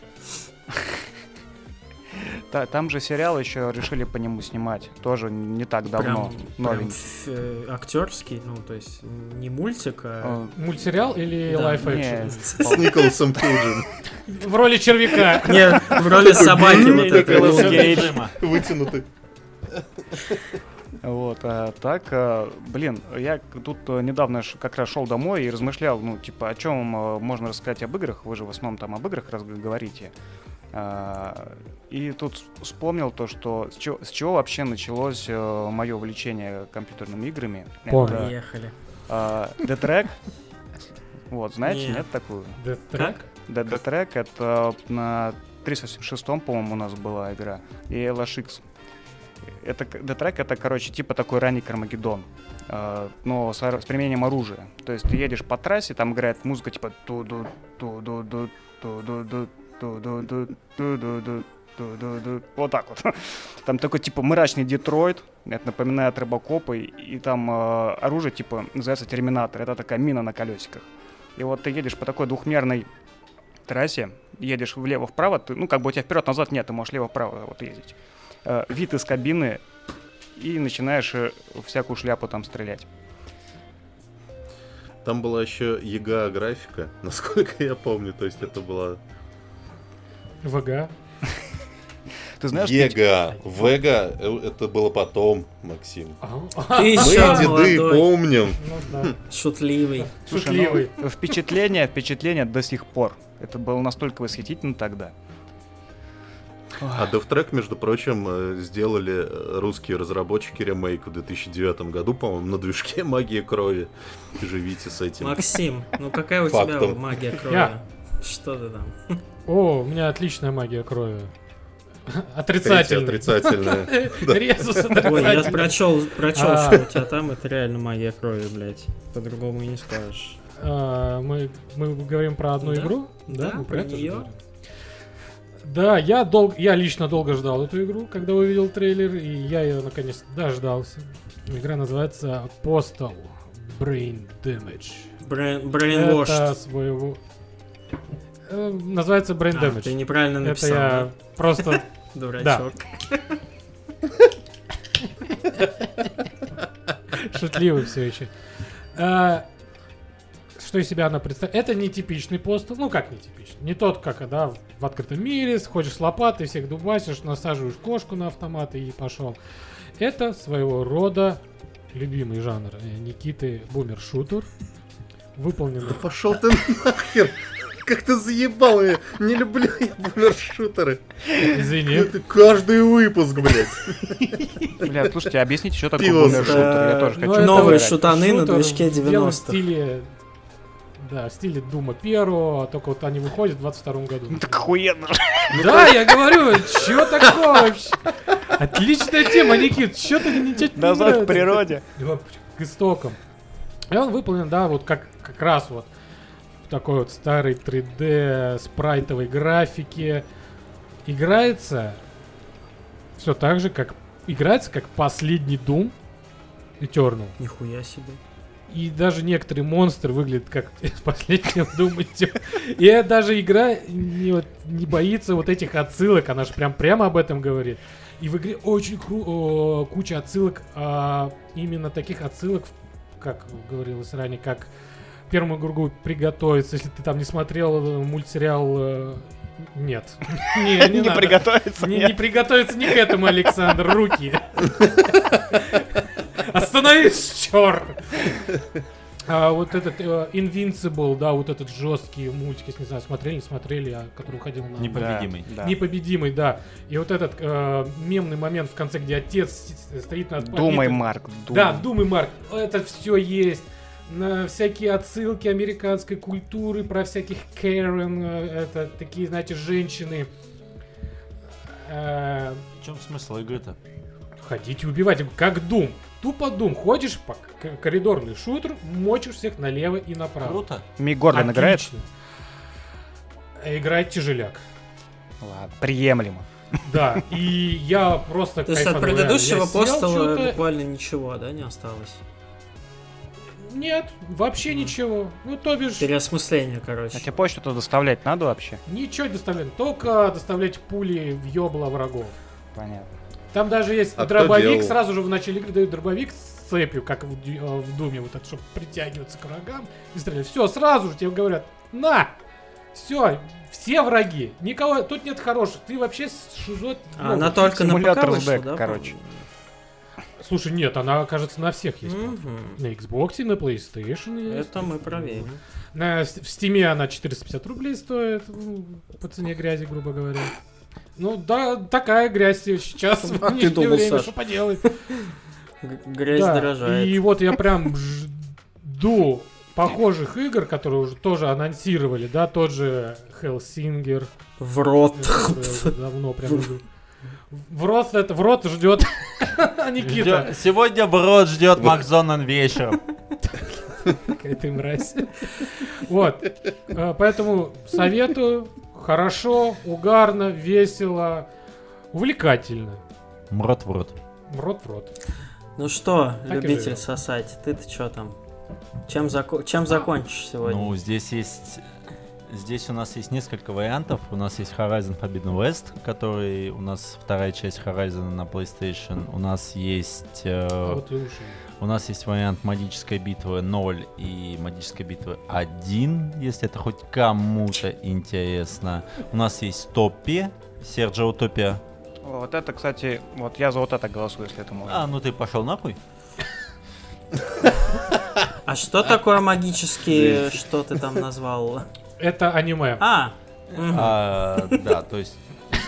Там же сериал еще решили по нему снимать, тоже не так давно, новенький. Актерский, ну, то есть не мультик, а... Мультсериал или Да, лайф-экшн? С Николасом Кейджем. В роли червяка. Нет, в роли собаки вот этой. Николас вот. Кейдж. Вытянутый. Вот, так, блин, я тут недавно как раз шел домой и размышлял, ну, типа, о чем можно рассказать об играх, вы же в основном там об играх говорите. И тут вспомнил то, что с чего вообще началось мое увлечение компьютерными играми. Помню. Это Поехали. The Track. Вот, знаете, Нет. нет такую? Death Track? Как? The Track — это на 386-м, по-моему, у нас была игра, и LHX. The Track — это, короче, типа такой ранний Кармагеддон, но с применением оружия. То есть ты едешь по трассе, там играет музыка типа вот так вот. Там такой типа мрачный Детройт, это напоминает Робокопа, и там оружие типа называется Терминатор, это такая мина на колесиках. И вот ты едешь по такой двухмерной трассе, едешь влево-вправо, ты, ну как бы у тебя вперед-назад нет, ты можешь лево-вправо вот ездить. Вид из кабины, и начинаешь всякую шляпу там стрелять. Там была еще ЕГА-графика, насколько я помню, то есть это была... ВГ. Ты знаешь, ЕГА, ВГА, это было потом, Максим. Ты Мы, еще деды, молодой, помним. Ну да. шутливый. слушай, Шутливый. ну, впечатление до сих пор. Это было настолько восхитительно тогда. А Death Track, между прочим, сделали русские разработчики ремейк в 2009 году, по-моему, на движке «Магия крови». Живите с этим. Максим, ну какая у тебя Фактом. магия крови? Я. Что ты там? О, у меня отличная магия крови. Третья Отрицательная. отрицательная. Резус Ой, я отрицательный. прочел, А. что у тебя там это реально магия крови, блядь. По-другому и не скажешь. Мы говорим про одну Да? игру? Да, мы про это же неё. говорим. Да, я лично долго ждал эту игру, когда увидел трейлер, и я ее наконец дождался. Игра называется Postal Brain Damage. Это Brainwashed. своего... Называется Brain А, Damage. ты неправильно Это написал, я просто... да? Дурачок. Шутливый все еще. Что из себя она представляет? Это не типичный постел. Ну как не типичный? Не тот, как да, в открытом мире, ходишь с лопатой, всех дубасишь, насаживаешь кошку на автомат и пошел. Это своего рода любимый жанр Никиты бумер-шутер. Выполнен... Да пошел ты нахер! Как ты заебал меня. Не люблю я буллер-шутеры. Извини. Это каждый выпуск, блядь. Бля, слушайте, объясните, что такое Пиво. бумер-шутер? Я тоже Ну, хочу. это Новые поиграть. шутаны на Шутер движке сделан в 90-х. стиле... Да, в стиле Дума первого, только вот они выходят в 22 году. Ну так охуенно же. Да, я говорю, чё такое вообще? Отличная тема, Никит, чё ты ничего не Назад к нравится? природе. К истокам. И он выполнен, да, вот как раз вот в такой вот старой 3D спрайтовой графике. Играется все так же, как последний Doom Eternal. Нихуя себе. И даже некоторые монстры выглядят как из последнего Doom Eternal. И даже игра не боится вот этих отсылок, она же прямо об этом говорит. И в игре очень куча отсылок, именно таких отсылок, как говорилось ранее, как первому кругу приготовиться. Если ты там не смотрел мультсериал, нет. Не надо. Приготовиться. Не приготовиться ни к этому, Александр, руки. Остановись, черт! Вот этот Invincible, да, вот этот жесткий мультик, если не знаю, смотрели, не смотрели, который уходил на... Непобедимый. Да. Непобедимый, да. И вот этот мемный момент в конце, где отец стоит над... Думай, побитым- Марк, думай. Да, думай, Марк. Это все есть. На всякие отсылки американской культуры, про всяких Кэрен, это такие, знаете, женщины. В чем смысл игры-то? Ходить и убивать, как Doom. Тупо Doom. Ходишь по коридорный шутер, мочишь всех налево и направо. Круто. Мик Гордон играет? Отлично. Играет тяжеляк. Ладно, приемлемо. Да, и я просто То есть от кайфанул, предыдущего реально. Я сел постала чё-то- буквально ничего, да, не осталось? Нет, вообще ничего. Ну, то бишь, Переосмысление, А короче. тебе почту-то доставлять надо вообще? ничего не доставлять. Только доставлять пули в ёбло врагов. Понятно. Там даже есть А кто дробовик, делал? сразу же в начале игры дают дробовик с цепью, как в Думе, вот это, чтобы притягиваться к врагам и стрелять. Все, сразу же тебе говорят, на! Все враги. Никого, тут нет хороших. Ты вообще шизот. Она только на Симулятор ПК с вышла, дека, да? короче. Слушай, нет, она, кажется, на всех есть. Мгм. На Xbox, на PlayStation есть. Это мы проверим. В Steam она 450 рублей стоит, по цене грязи, грубо говоря. Ну да, такая грязь сейчас в А ты нынешнее думал, время, Саш? что поделать. Грязь Да, дорожает. и вот я прям жду похожих игр, которые уже тоже анонсировали, да, тот же Hellsinger. В рот. Давно прям жду. В рот ждет Никита. Сегодня в рот ждет Макзонан вечером. Какая ты мразь. Вот. Поэтому советую. Хорошо, угарно, весело, увлекательно. Мрот в рот. Рот в рот. Ну что, Так и любитель живем. сосать, ты-то что там? Чем закончишь сегодня? Ну, здесь у нас есть несколько вариантов. У нас есть Horizon Forbidden West, который у нас вторая часть Horizon на PlayStation. У нас есть Вот и уши. у нас есть вариант магической битвы 0 и магической битвы 1, если это хоть кому-то интересно. У нас есть Топпи, Серджио Утопия. Вот это, кстати, вот я за вот это голосую, если это можно. А, ну ты пошел нахуй. А что такое магические, что ты там назвал? Это аниме. Мгм. Да, то есть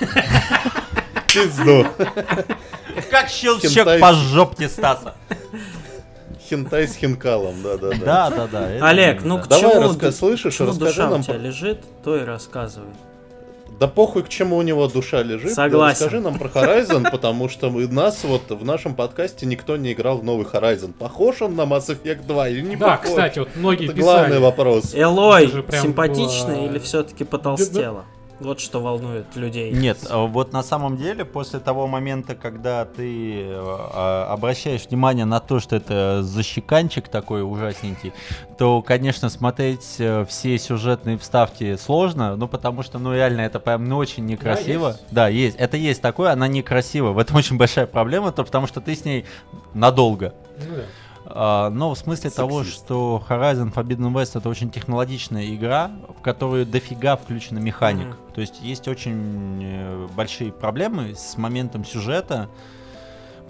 Пизду. как щелчок Хентай. по жопке Стаса. Хентай с хинкалом, да-да-да. Да. это Олег, именно. ну к Давай, чему, слышишь, чему расскажи душа у нам тебя про- лежит, то и рассказывай. Да похуй, к чему у него душа лежит. Согласен. Расскажи нам про Horizon, потому что в нашем подкасте никто не играл в новый Horizon. Похож он на Mass Effect 2 или не Да, похож? кстати, вот многие Это главный писали. вопрос. Элой Это же прям симпатичная было- или все-таки потолстела? Вот что волнует людей. Нет, вот на самом деле, после того момента, когда ты обращаешь внимание на то, что это защеканчик такой ужасненький, то, конечно, смотреть все сюжетные вставки сложно, ну, потому что, ну, реально, это прям ну, очень некрасиво. есть. Да, есть. Это есть такое, она некрасива. В этом очень большая проблема, то потому что ты с ней надолго. Ну да. Но в смысле того, что Horizon Forbidden West — это очень технологичная игра, в которую дофига включена механик. Мгм. То есть есть очень большие проблемы с моментом сюжета,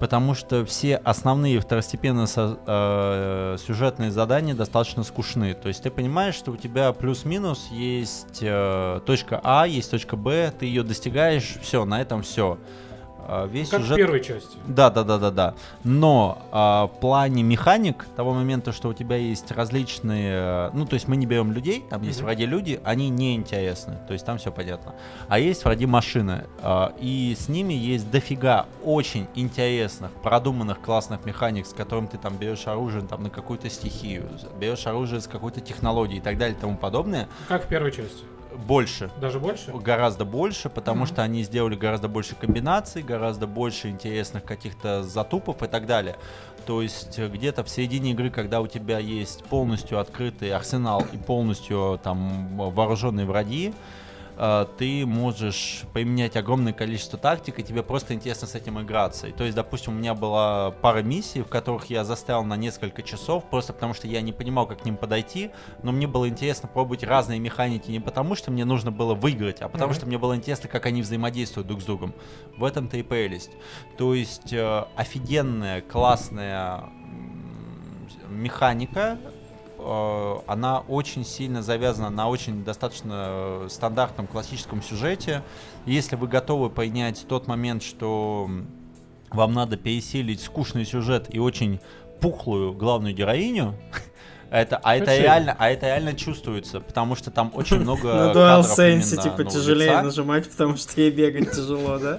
потому что все основные второстепенные сюжетные задания достаточно скучны. То есть ты понимаешь, что у тебя плюс-минус есть точка А, есть точка Б, ты ее достигаешь, все, на этом все. Весь как сюжет... в первой части. Да. Но в плане механик, того момента, что у тебя есть различные... Ну, то есть мы не берем людей, там есть вроде люди, они не интересны. То есть там все понятно. А есть вроде машины. И с ними есть дофига очень интересных, продуманных, классных механик, с которым ты там берешь оружие там, на какую-то стихию, берешь оружие с какой-то технологией и так далее и тому подобное. Как в первой части. Больше. Даже больше? Гораздо больше, потому что они сделали гораздо больше комбинаций, гораздо больше интересных каких-то затупов и так далее. То есть где-то в середине игры, когда у тебя есть полностью открытый арсенал и полностью там вооруженные враги, ты можешь применять огромное количество тактик, и тебе просто интересно с этим играться. И, то есть, допустим, у меня была пара миссий, в которых я застрял на несколько часов, просто потому что я не понимал, как к ним подойти, но мне было интересно пробовать разные механики не потому, что мне нужно было выиграть, а потому что мне было интересно, как они взаимодействуют друг с другом. В этом-то и прелесть. То есть, офигенная, классная механика, она очень сильно завязана на очень достаточно стандартном классическом сюжете. Если вы готовы принять тот момент, что вам надо пересилить скучный сюжет и очень пухлую главную героиню, это реально чувствуется, потому что там очень много на кадров DualSense именно, типа тяжелее лица. нажимать, потому что ей бегать тяжело, да?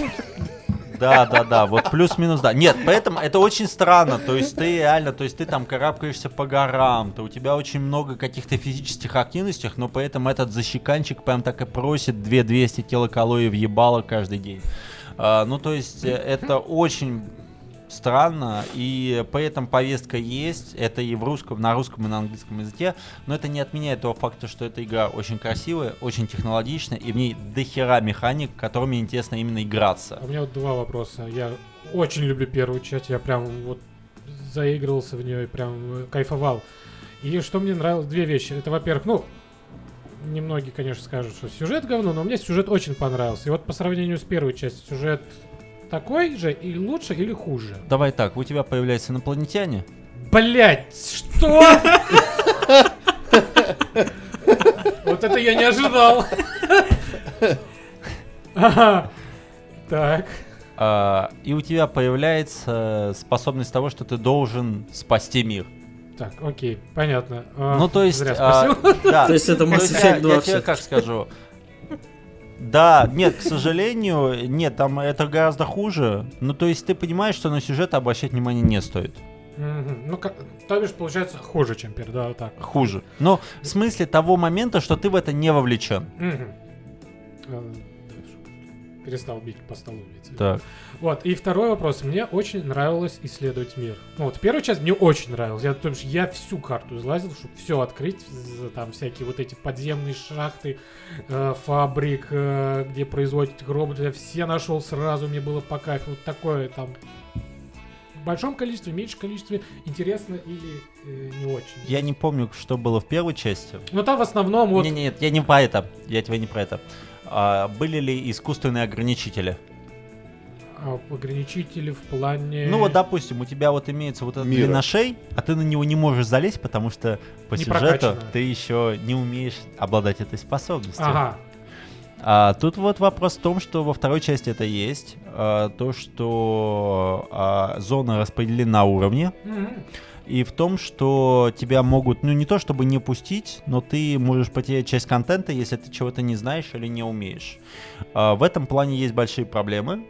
Да, вот плюс-минус, да. Нет, поэтому это очень странно, то есть ты реально, то есть ты там карабкаешься по горам, то у тебя очень много каких-то физических активностей, но при этом этот защеканчик прям так и просит 2200 килокалорий в ебало каждый день. Ну, то есть это очень странно, и при этом повестка есть, это и на русском и на английском языке, но это не отменяет того факта, что эта игра очень красивая, очень технологичная, и в ней дохера механик, которыми интересно именно играться. У меня вот два вопроса. Я очень люблю первую часть, я прям вот заигрывался в нее и прям кайфовал. И что мне нравилось, две вещи. Это, во-первых, немногие, конечно, скажут, что сюжет говно, но мне сюжет очень понравился. И вот по сравнению с первой частью, сюжет такой же, или лучше, или хуже? Давай так, у тебя появляются инопланетяне. Блять, что? Вот это я не ожидал. Так. И у тебя появляется способность того, что ты должен спасти мир. Так, окей, понятно. Ну, то есть... Зря спросил. Да. То есть это Mass Effect 2 Я тебе как скажу. Да, нет, к сожалению, нет, там это гораздо хуже. Ну, то есть ты понимаешь, что на сюжет обращать внимание не стоит. Ну, то бишь, получается, хуже, чем первый, да, вот так. Хуже. Но в смысле того момента, что ты в это не вовлечен. Перестал бить по столу. Так. Вот, и второй вопрос. Мне очень нравилось исследовать мир. Ну, вот первая часть мне очень нравилась. Я всю карту излазил, чтобы все открыть. Там всякие вот эти подземные шахты, фабрик, где производят этих роботов. Я все нашел сразу, мне было по кайфу. Вот такое там в большом количестве, в меньшем количестве, интересно или не очень. Я не помню, что было в первой части. Но там в основном вот... Нет, я не про это. Я тебе не про это. Были ли искусственные ограничители? Ограничители в плане... Ну вот, допустим, у тебя вот имеется вот этот Мира. длинношей, а ты на него не можешь залезть, потому что по Не сюжету прокачано. ты еще не умеешь обладать этой способностью. Ага. Тут вот вопрос в том, что во второй части это есть. То, что зона распределена на уровне. И в том, что тебя могут, не то чтобы не пустить, но ты можешь потерять часть контента, если ты чего-то не знаешь или не умеешь. В этом плане есть большие проблемы.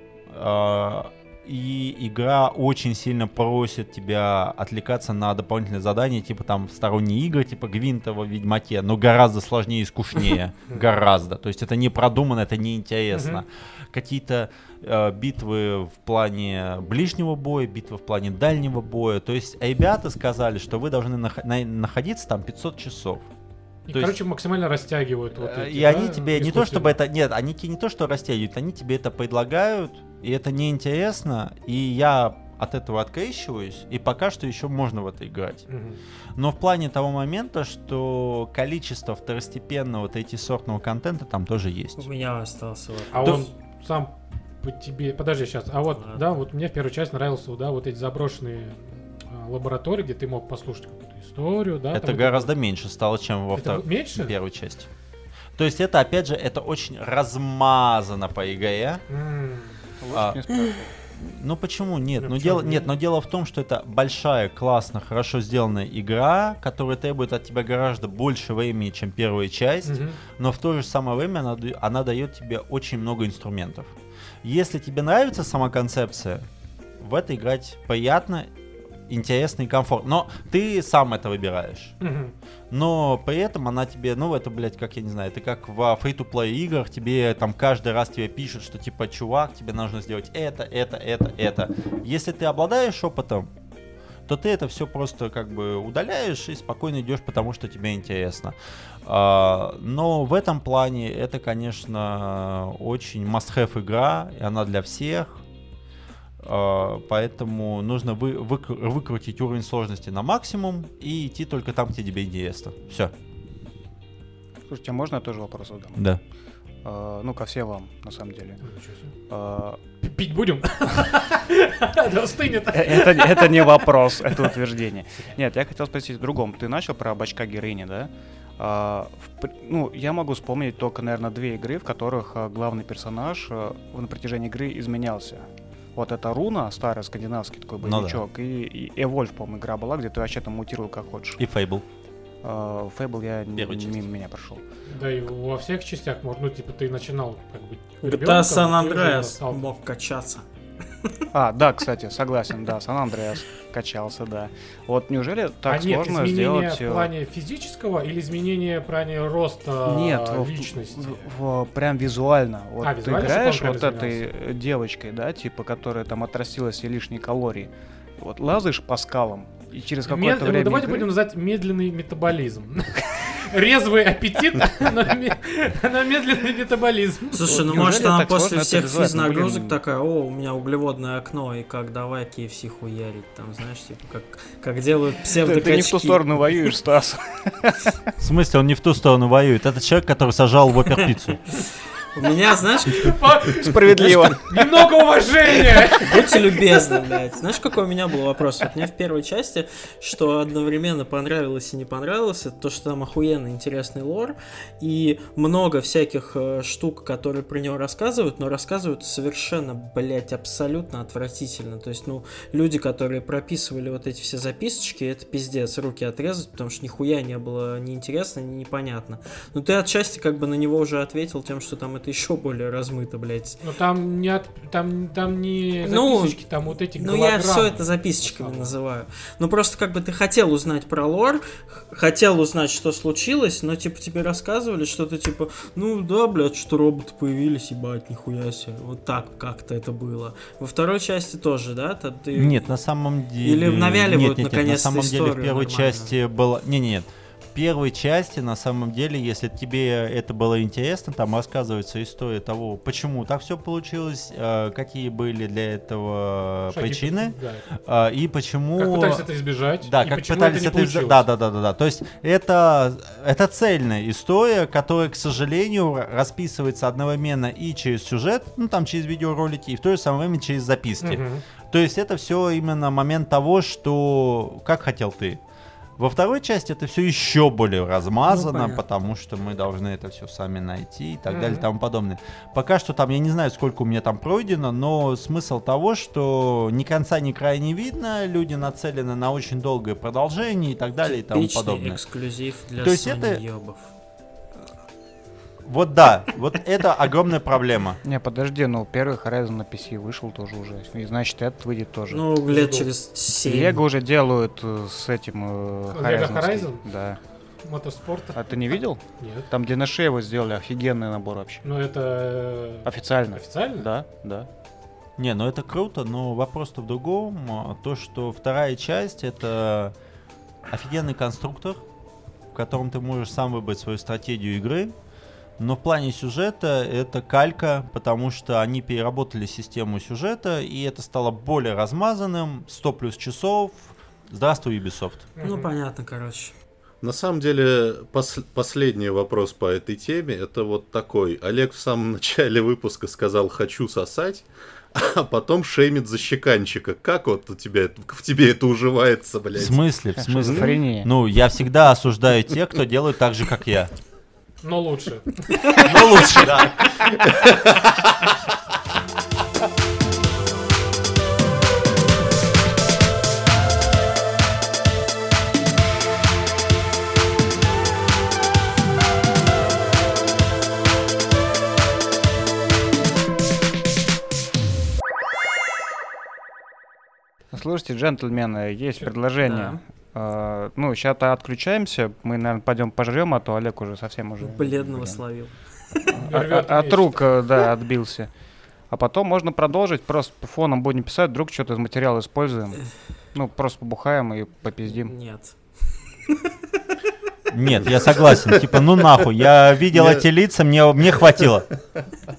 И игра очень сильно просит тебя отвлекаться на дополнительные задания, типа там сторонние игры, типа Гвинта во Ведьмаке, но гораздо сложнее и скучнее. Гораздо. То есть это не продумано, это не интересно. Какие-то битвы в плане ближнего боя, битвы в плане дальнего боя. То есть ребята сказали, что вы должны находиться там 500 часов. И, То короче, максимально растягивают вот эти, и они тебе не то чтобы это... Нет, они тебе не то что растягивают, они тебе это предлагают, и это неинтересно, и я от этого открещиваюсь, и пока что еще можно в это играть. Но в плане того момента, что количество второстепенного третьесортного контента там тоже есть. У меня остался вот. А То- он сам тебе... Подожди сейчас. А вот, Ладно. да, вот мне в первую часть нравился, да, вот эти заброшенные лаборатории, где ты мог послушать какую-то историю, да. Это там гораздо меньше стало, чем во Это меньше? первой части. То есть это, опять же, это очень размазано по игре. Лучше не спрашивай. Ну почему нет? Ну, Но почему дело, нет? но дело в том, что это большая, классно, хорошо сделанная игра, которая требует от тебя гораздо больше времени, чем первая часть, Мгм. но в то же самое время она дает тебе очень много инструментов. Если тебе нравится сама концепция, в это играть приятно, интересно и комфортно. Но ты сам это выбираешь. Мгм. Но при этом она тебе, ну это, блядь, как я не знаю, это как в free-to-play играх, тебе там каждый раз тебе пишут, что типа, чувак, тебе нужно сделать это. Если ты обладаешь опытом, то ты это все просто как бы удаляешь и спокойно идешь, потому что тебе интересно. Но в этом плане это, конечно, очень must-have игра, и она для всех. Поэтому нужно выкрутить уровень сложности на максимум и идти только там, где тебе интересно. Все. Слушайте, а можно я тоже вопрос задам? Да. Ну, ко всем вам, на самом деле. Ничего себе. Пить будем? Да стынет. Это не вопрос, это утверждение. Нет, я хотел спросить о другом. Ты начал про бачка героини, да? Ну, я могу вспомнить только, наверное, 2 игры, в которых главный персонаж на протяжении игры изменялся. Вот это Руна, старый скандинавский такой Ну да. боевичок, и Evolve, по-моему, игра была, где ты вообще там мутировал как хочешь. И Fable. Фейбл я Первая часть. мимо меня прошел. Да и во всех частях можно, ну, типа, ты начинал как бы... GTA ребёнком, San а ты уже Andreas стал- мог качаться. Да, кстати, согласен, да, Сан-Андреас качался, да. Вот неужели так нет, сложно изменения сделать... в плане физического или изменения в плане роста Нет, личности? прям визуально. Вот ты визуально, играешь чтобы он вот прям этой девочкой, да, типа, которая там отрастила себе лишние калории. Вот лазаешь по скалам, и через какое-то время... Давайте игры- будем называть медленный метаболизм. Резвый аппетит, но медленный метаболизм. Слушай, ну неужели может она так после сложно это всех реализовать? Ну, физнагрузок блин. такая, у меня углеводное окно, и как давай KFC хуярить, там, знаешь, типа, как делают Ты псевдокачки. не в ту сторону воюешь, Стас. В смысле, он не в ту сторону воюет. Это человек, который сажал Whopper пиццу. У меня, знаешь, Справедливо. Немного уважения! будьте любезны, блядь. Знаешь, какой у меня был вопрос? Вот мне в первой части, что одновременно понравилось и не понравилось, это то, что там охуенно интересный лор, и много всяких штук, которые про него рассказывают, но рассказывают совершенно, блядь, абсолютно отвратительно. То есть, ну, люди, которые прописывали вот эти все записочки, это пиздец, руки отрезать, потому что нихуя не было ни интересно, ни непонятно. Но ты отчасти как бы на него уже ответил тем, что там это еще более размыто, блядь. Ну там не Ну, записочки, там вот эти Ну, я голограммы. все это записочками называю. Ну, просто как бы ты хотел узнать про лор, хотел узнать, что случилось, но, типа, тебе рассказывали что-то, типа, ну, да, блядь, что роботы появились, ебать, нихуя себе. Вот так как-то это было. Во второй части тоже, да? Ты... Нет, на самом деле... Или навяливают, Нет, наконец-то, на самом деле в историю первой нормально. части было... Нет. В первой части, на самом деле, если тебе это было интересно, там рассказывается история того, почему так все получилось, какие были для этого Шаги, причины, да. и почему... Как пытались это избежать, Да, и как почему пытались это не это получилось. Да. То есть это цельная история, которая, к сожалению, расписывается одновременно и через сюжет, ну там через видеоролики, и в то же самое время через записки. Мгм. То есть это все именно момент того, что как хотел ты. Во второй части это все еще более размазано, понятно. потому что мы должны это все сами найти и так Мгм. далее и тому подобное. Пока что там, я не знаю, сколько у меня там пройдено, но смысл того, что ни конца, ни края не видно, люди нацелены на очень долгое продолжение и так далее и тому Типичный подобное. эксклюзив для То есть Sony это- ёбов. Вот да, вот это огромная проблема. Не, подожди, ну первый Horizon на PC вышел тоже уже. И значит, этот выйдет тоже. Ну, лет Жду. через 7. Лего уже делают с этим Лего Horizon. Horizon? Да. Мотоспорта? А ты не видел? Нет. Там для Нашеева сделали офигенный набор вообще. Ну это... Официально. Официально? Да, да. Не, ну это круто, но вопрос-то в другом. То, что вторая часть это офигенный конструктор, в котором ты можешь сам выбрать свою стратегию игры. Но в плане сюжета это калька, потому что они переработали систему сюжета, и это стало более размазанным, 100 плюс часов. Здравствуй, Ubisoft. Ну, Мгм. понятно, короче. На самом деле, последний вопрос по этой теме, это вот такой. Олег в самом начале выпуска сказал «хочу сосать», а потом шеймит защеканчика. Как вот в тебе это уживается, блядь? В смысле? Шизофрения. Ну, я всегда осуждаю тех, кто делает так же, как я. Но лучше. Ну, лучше, да. Слушайте, джентльмены, есть предложение. Ну, сейчас-то отключаемся, мы, наверное, пойдем пожрем, а то Олег уже совсем уже... Бледного словил. От рук, да, отбился. А потом можно продолжить, просто по фоном будем писать, вдруг что-то из материала используем. Ну, просто побухаем и попиздим. Нет. Нет, я согласен. Типа, ну нахуй, я видел эти лица, мне хватило.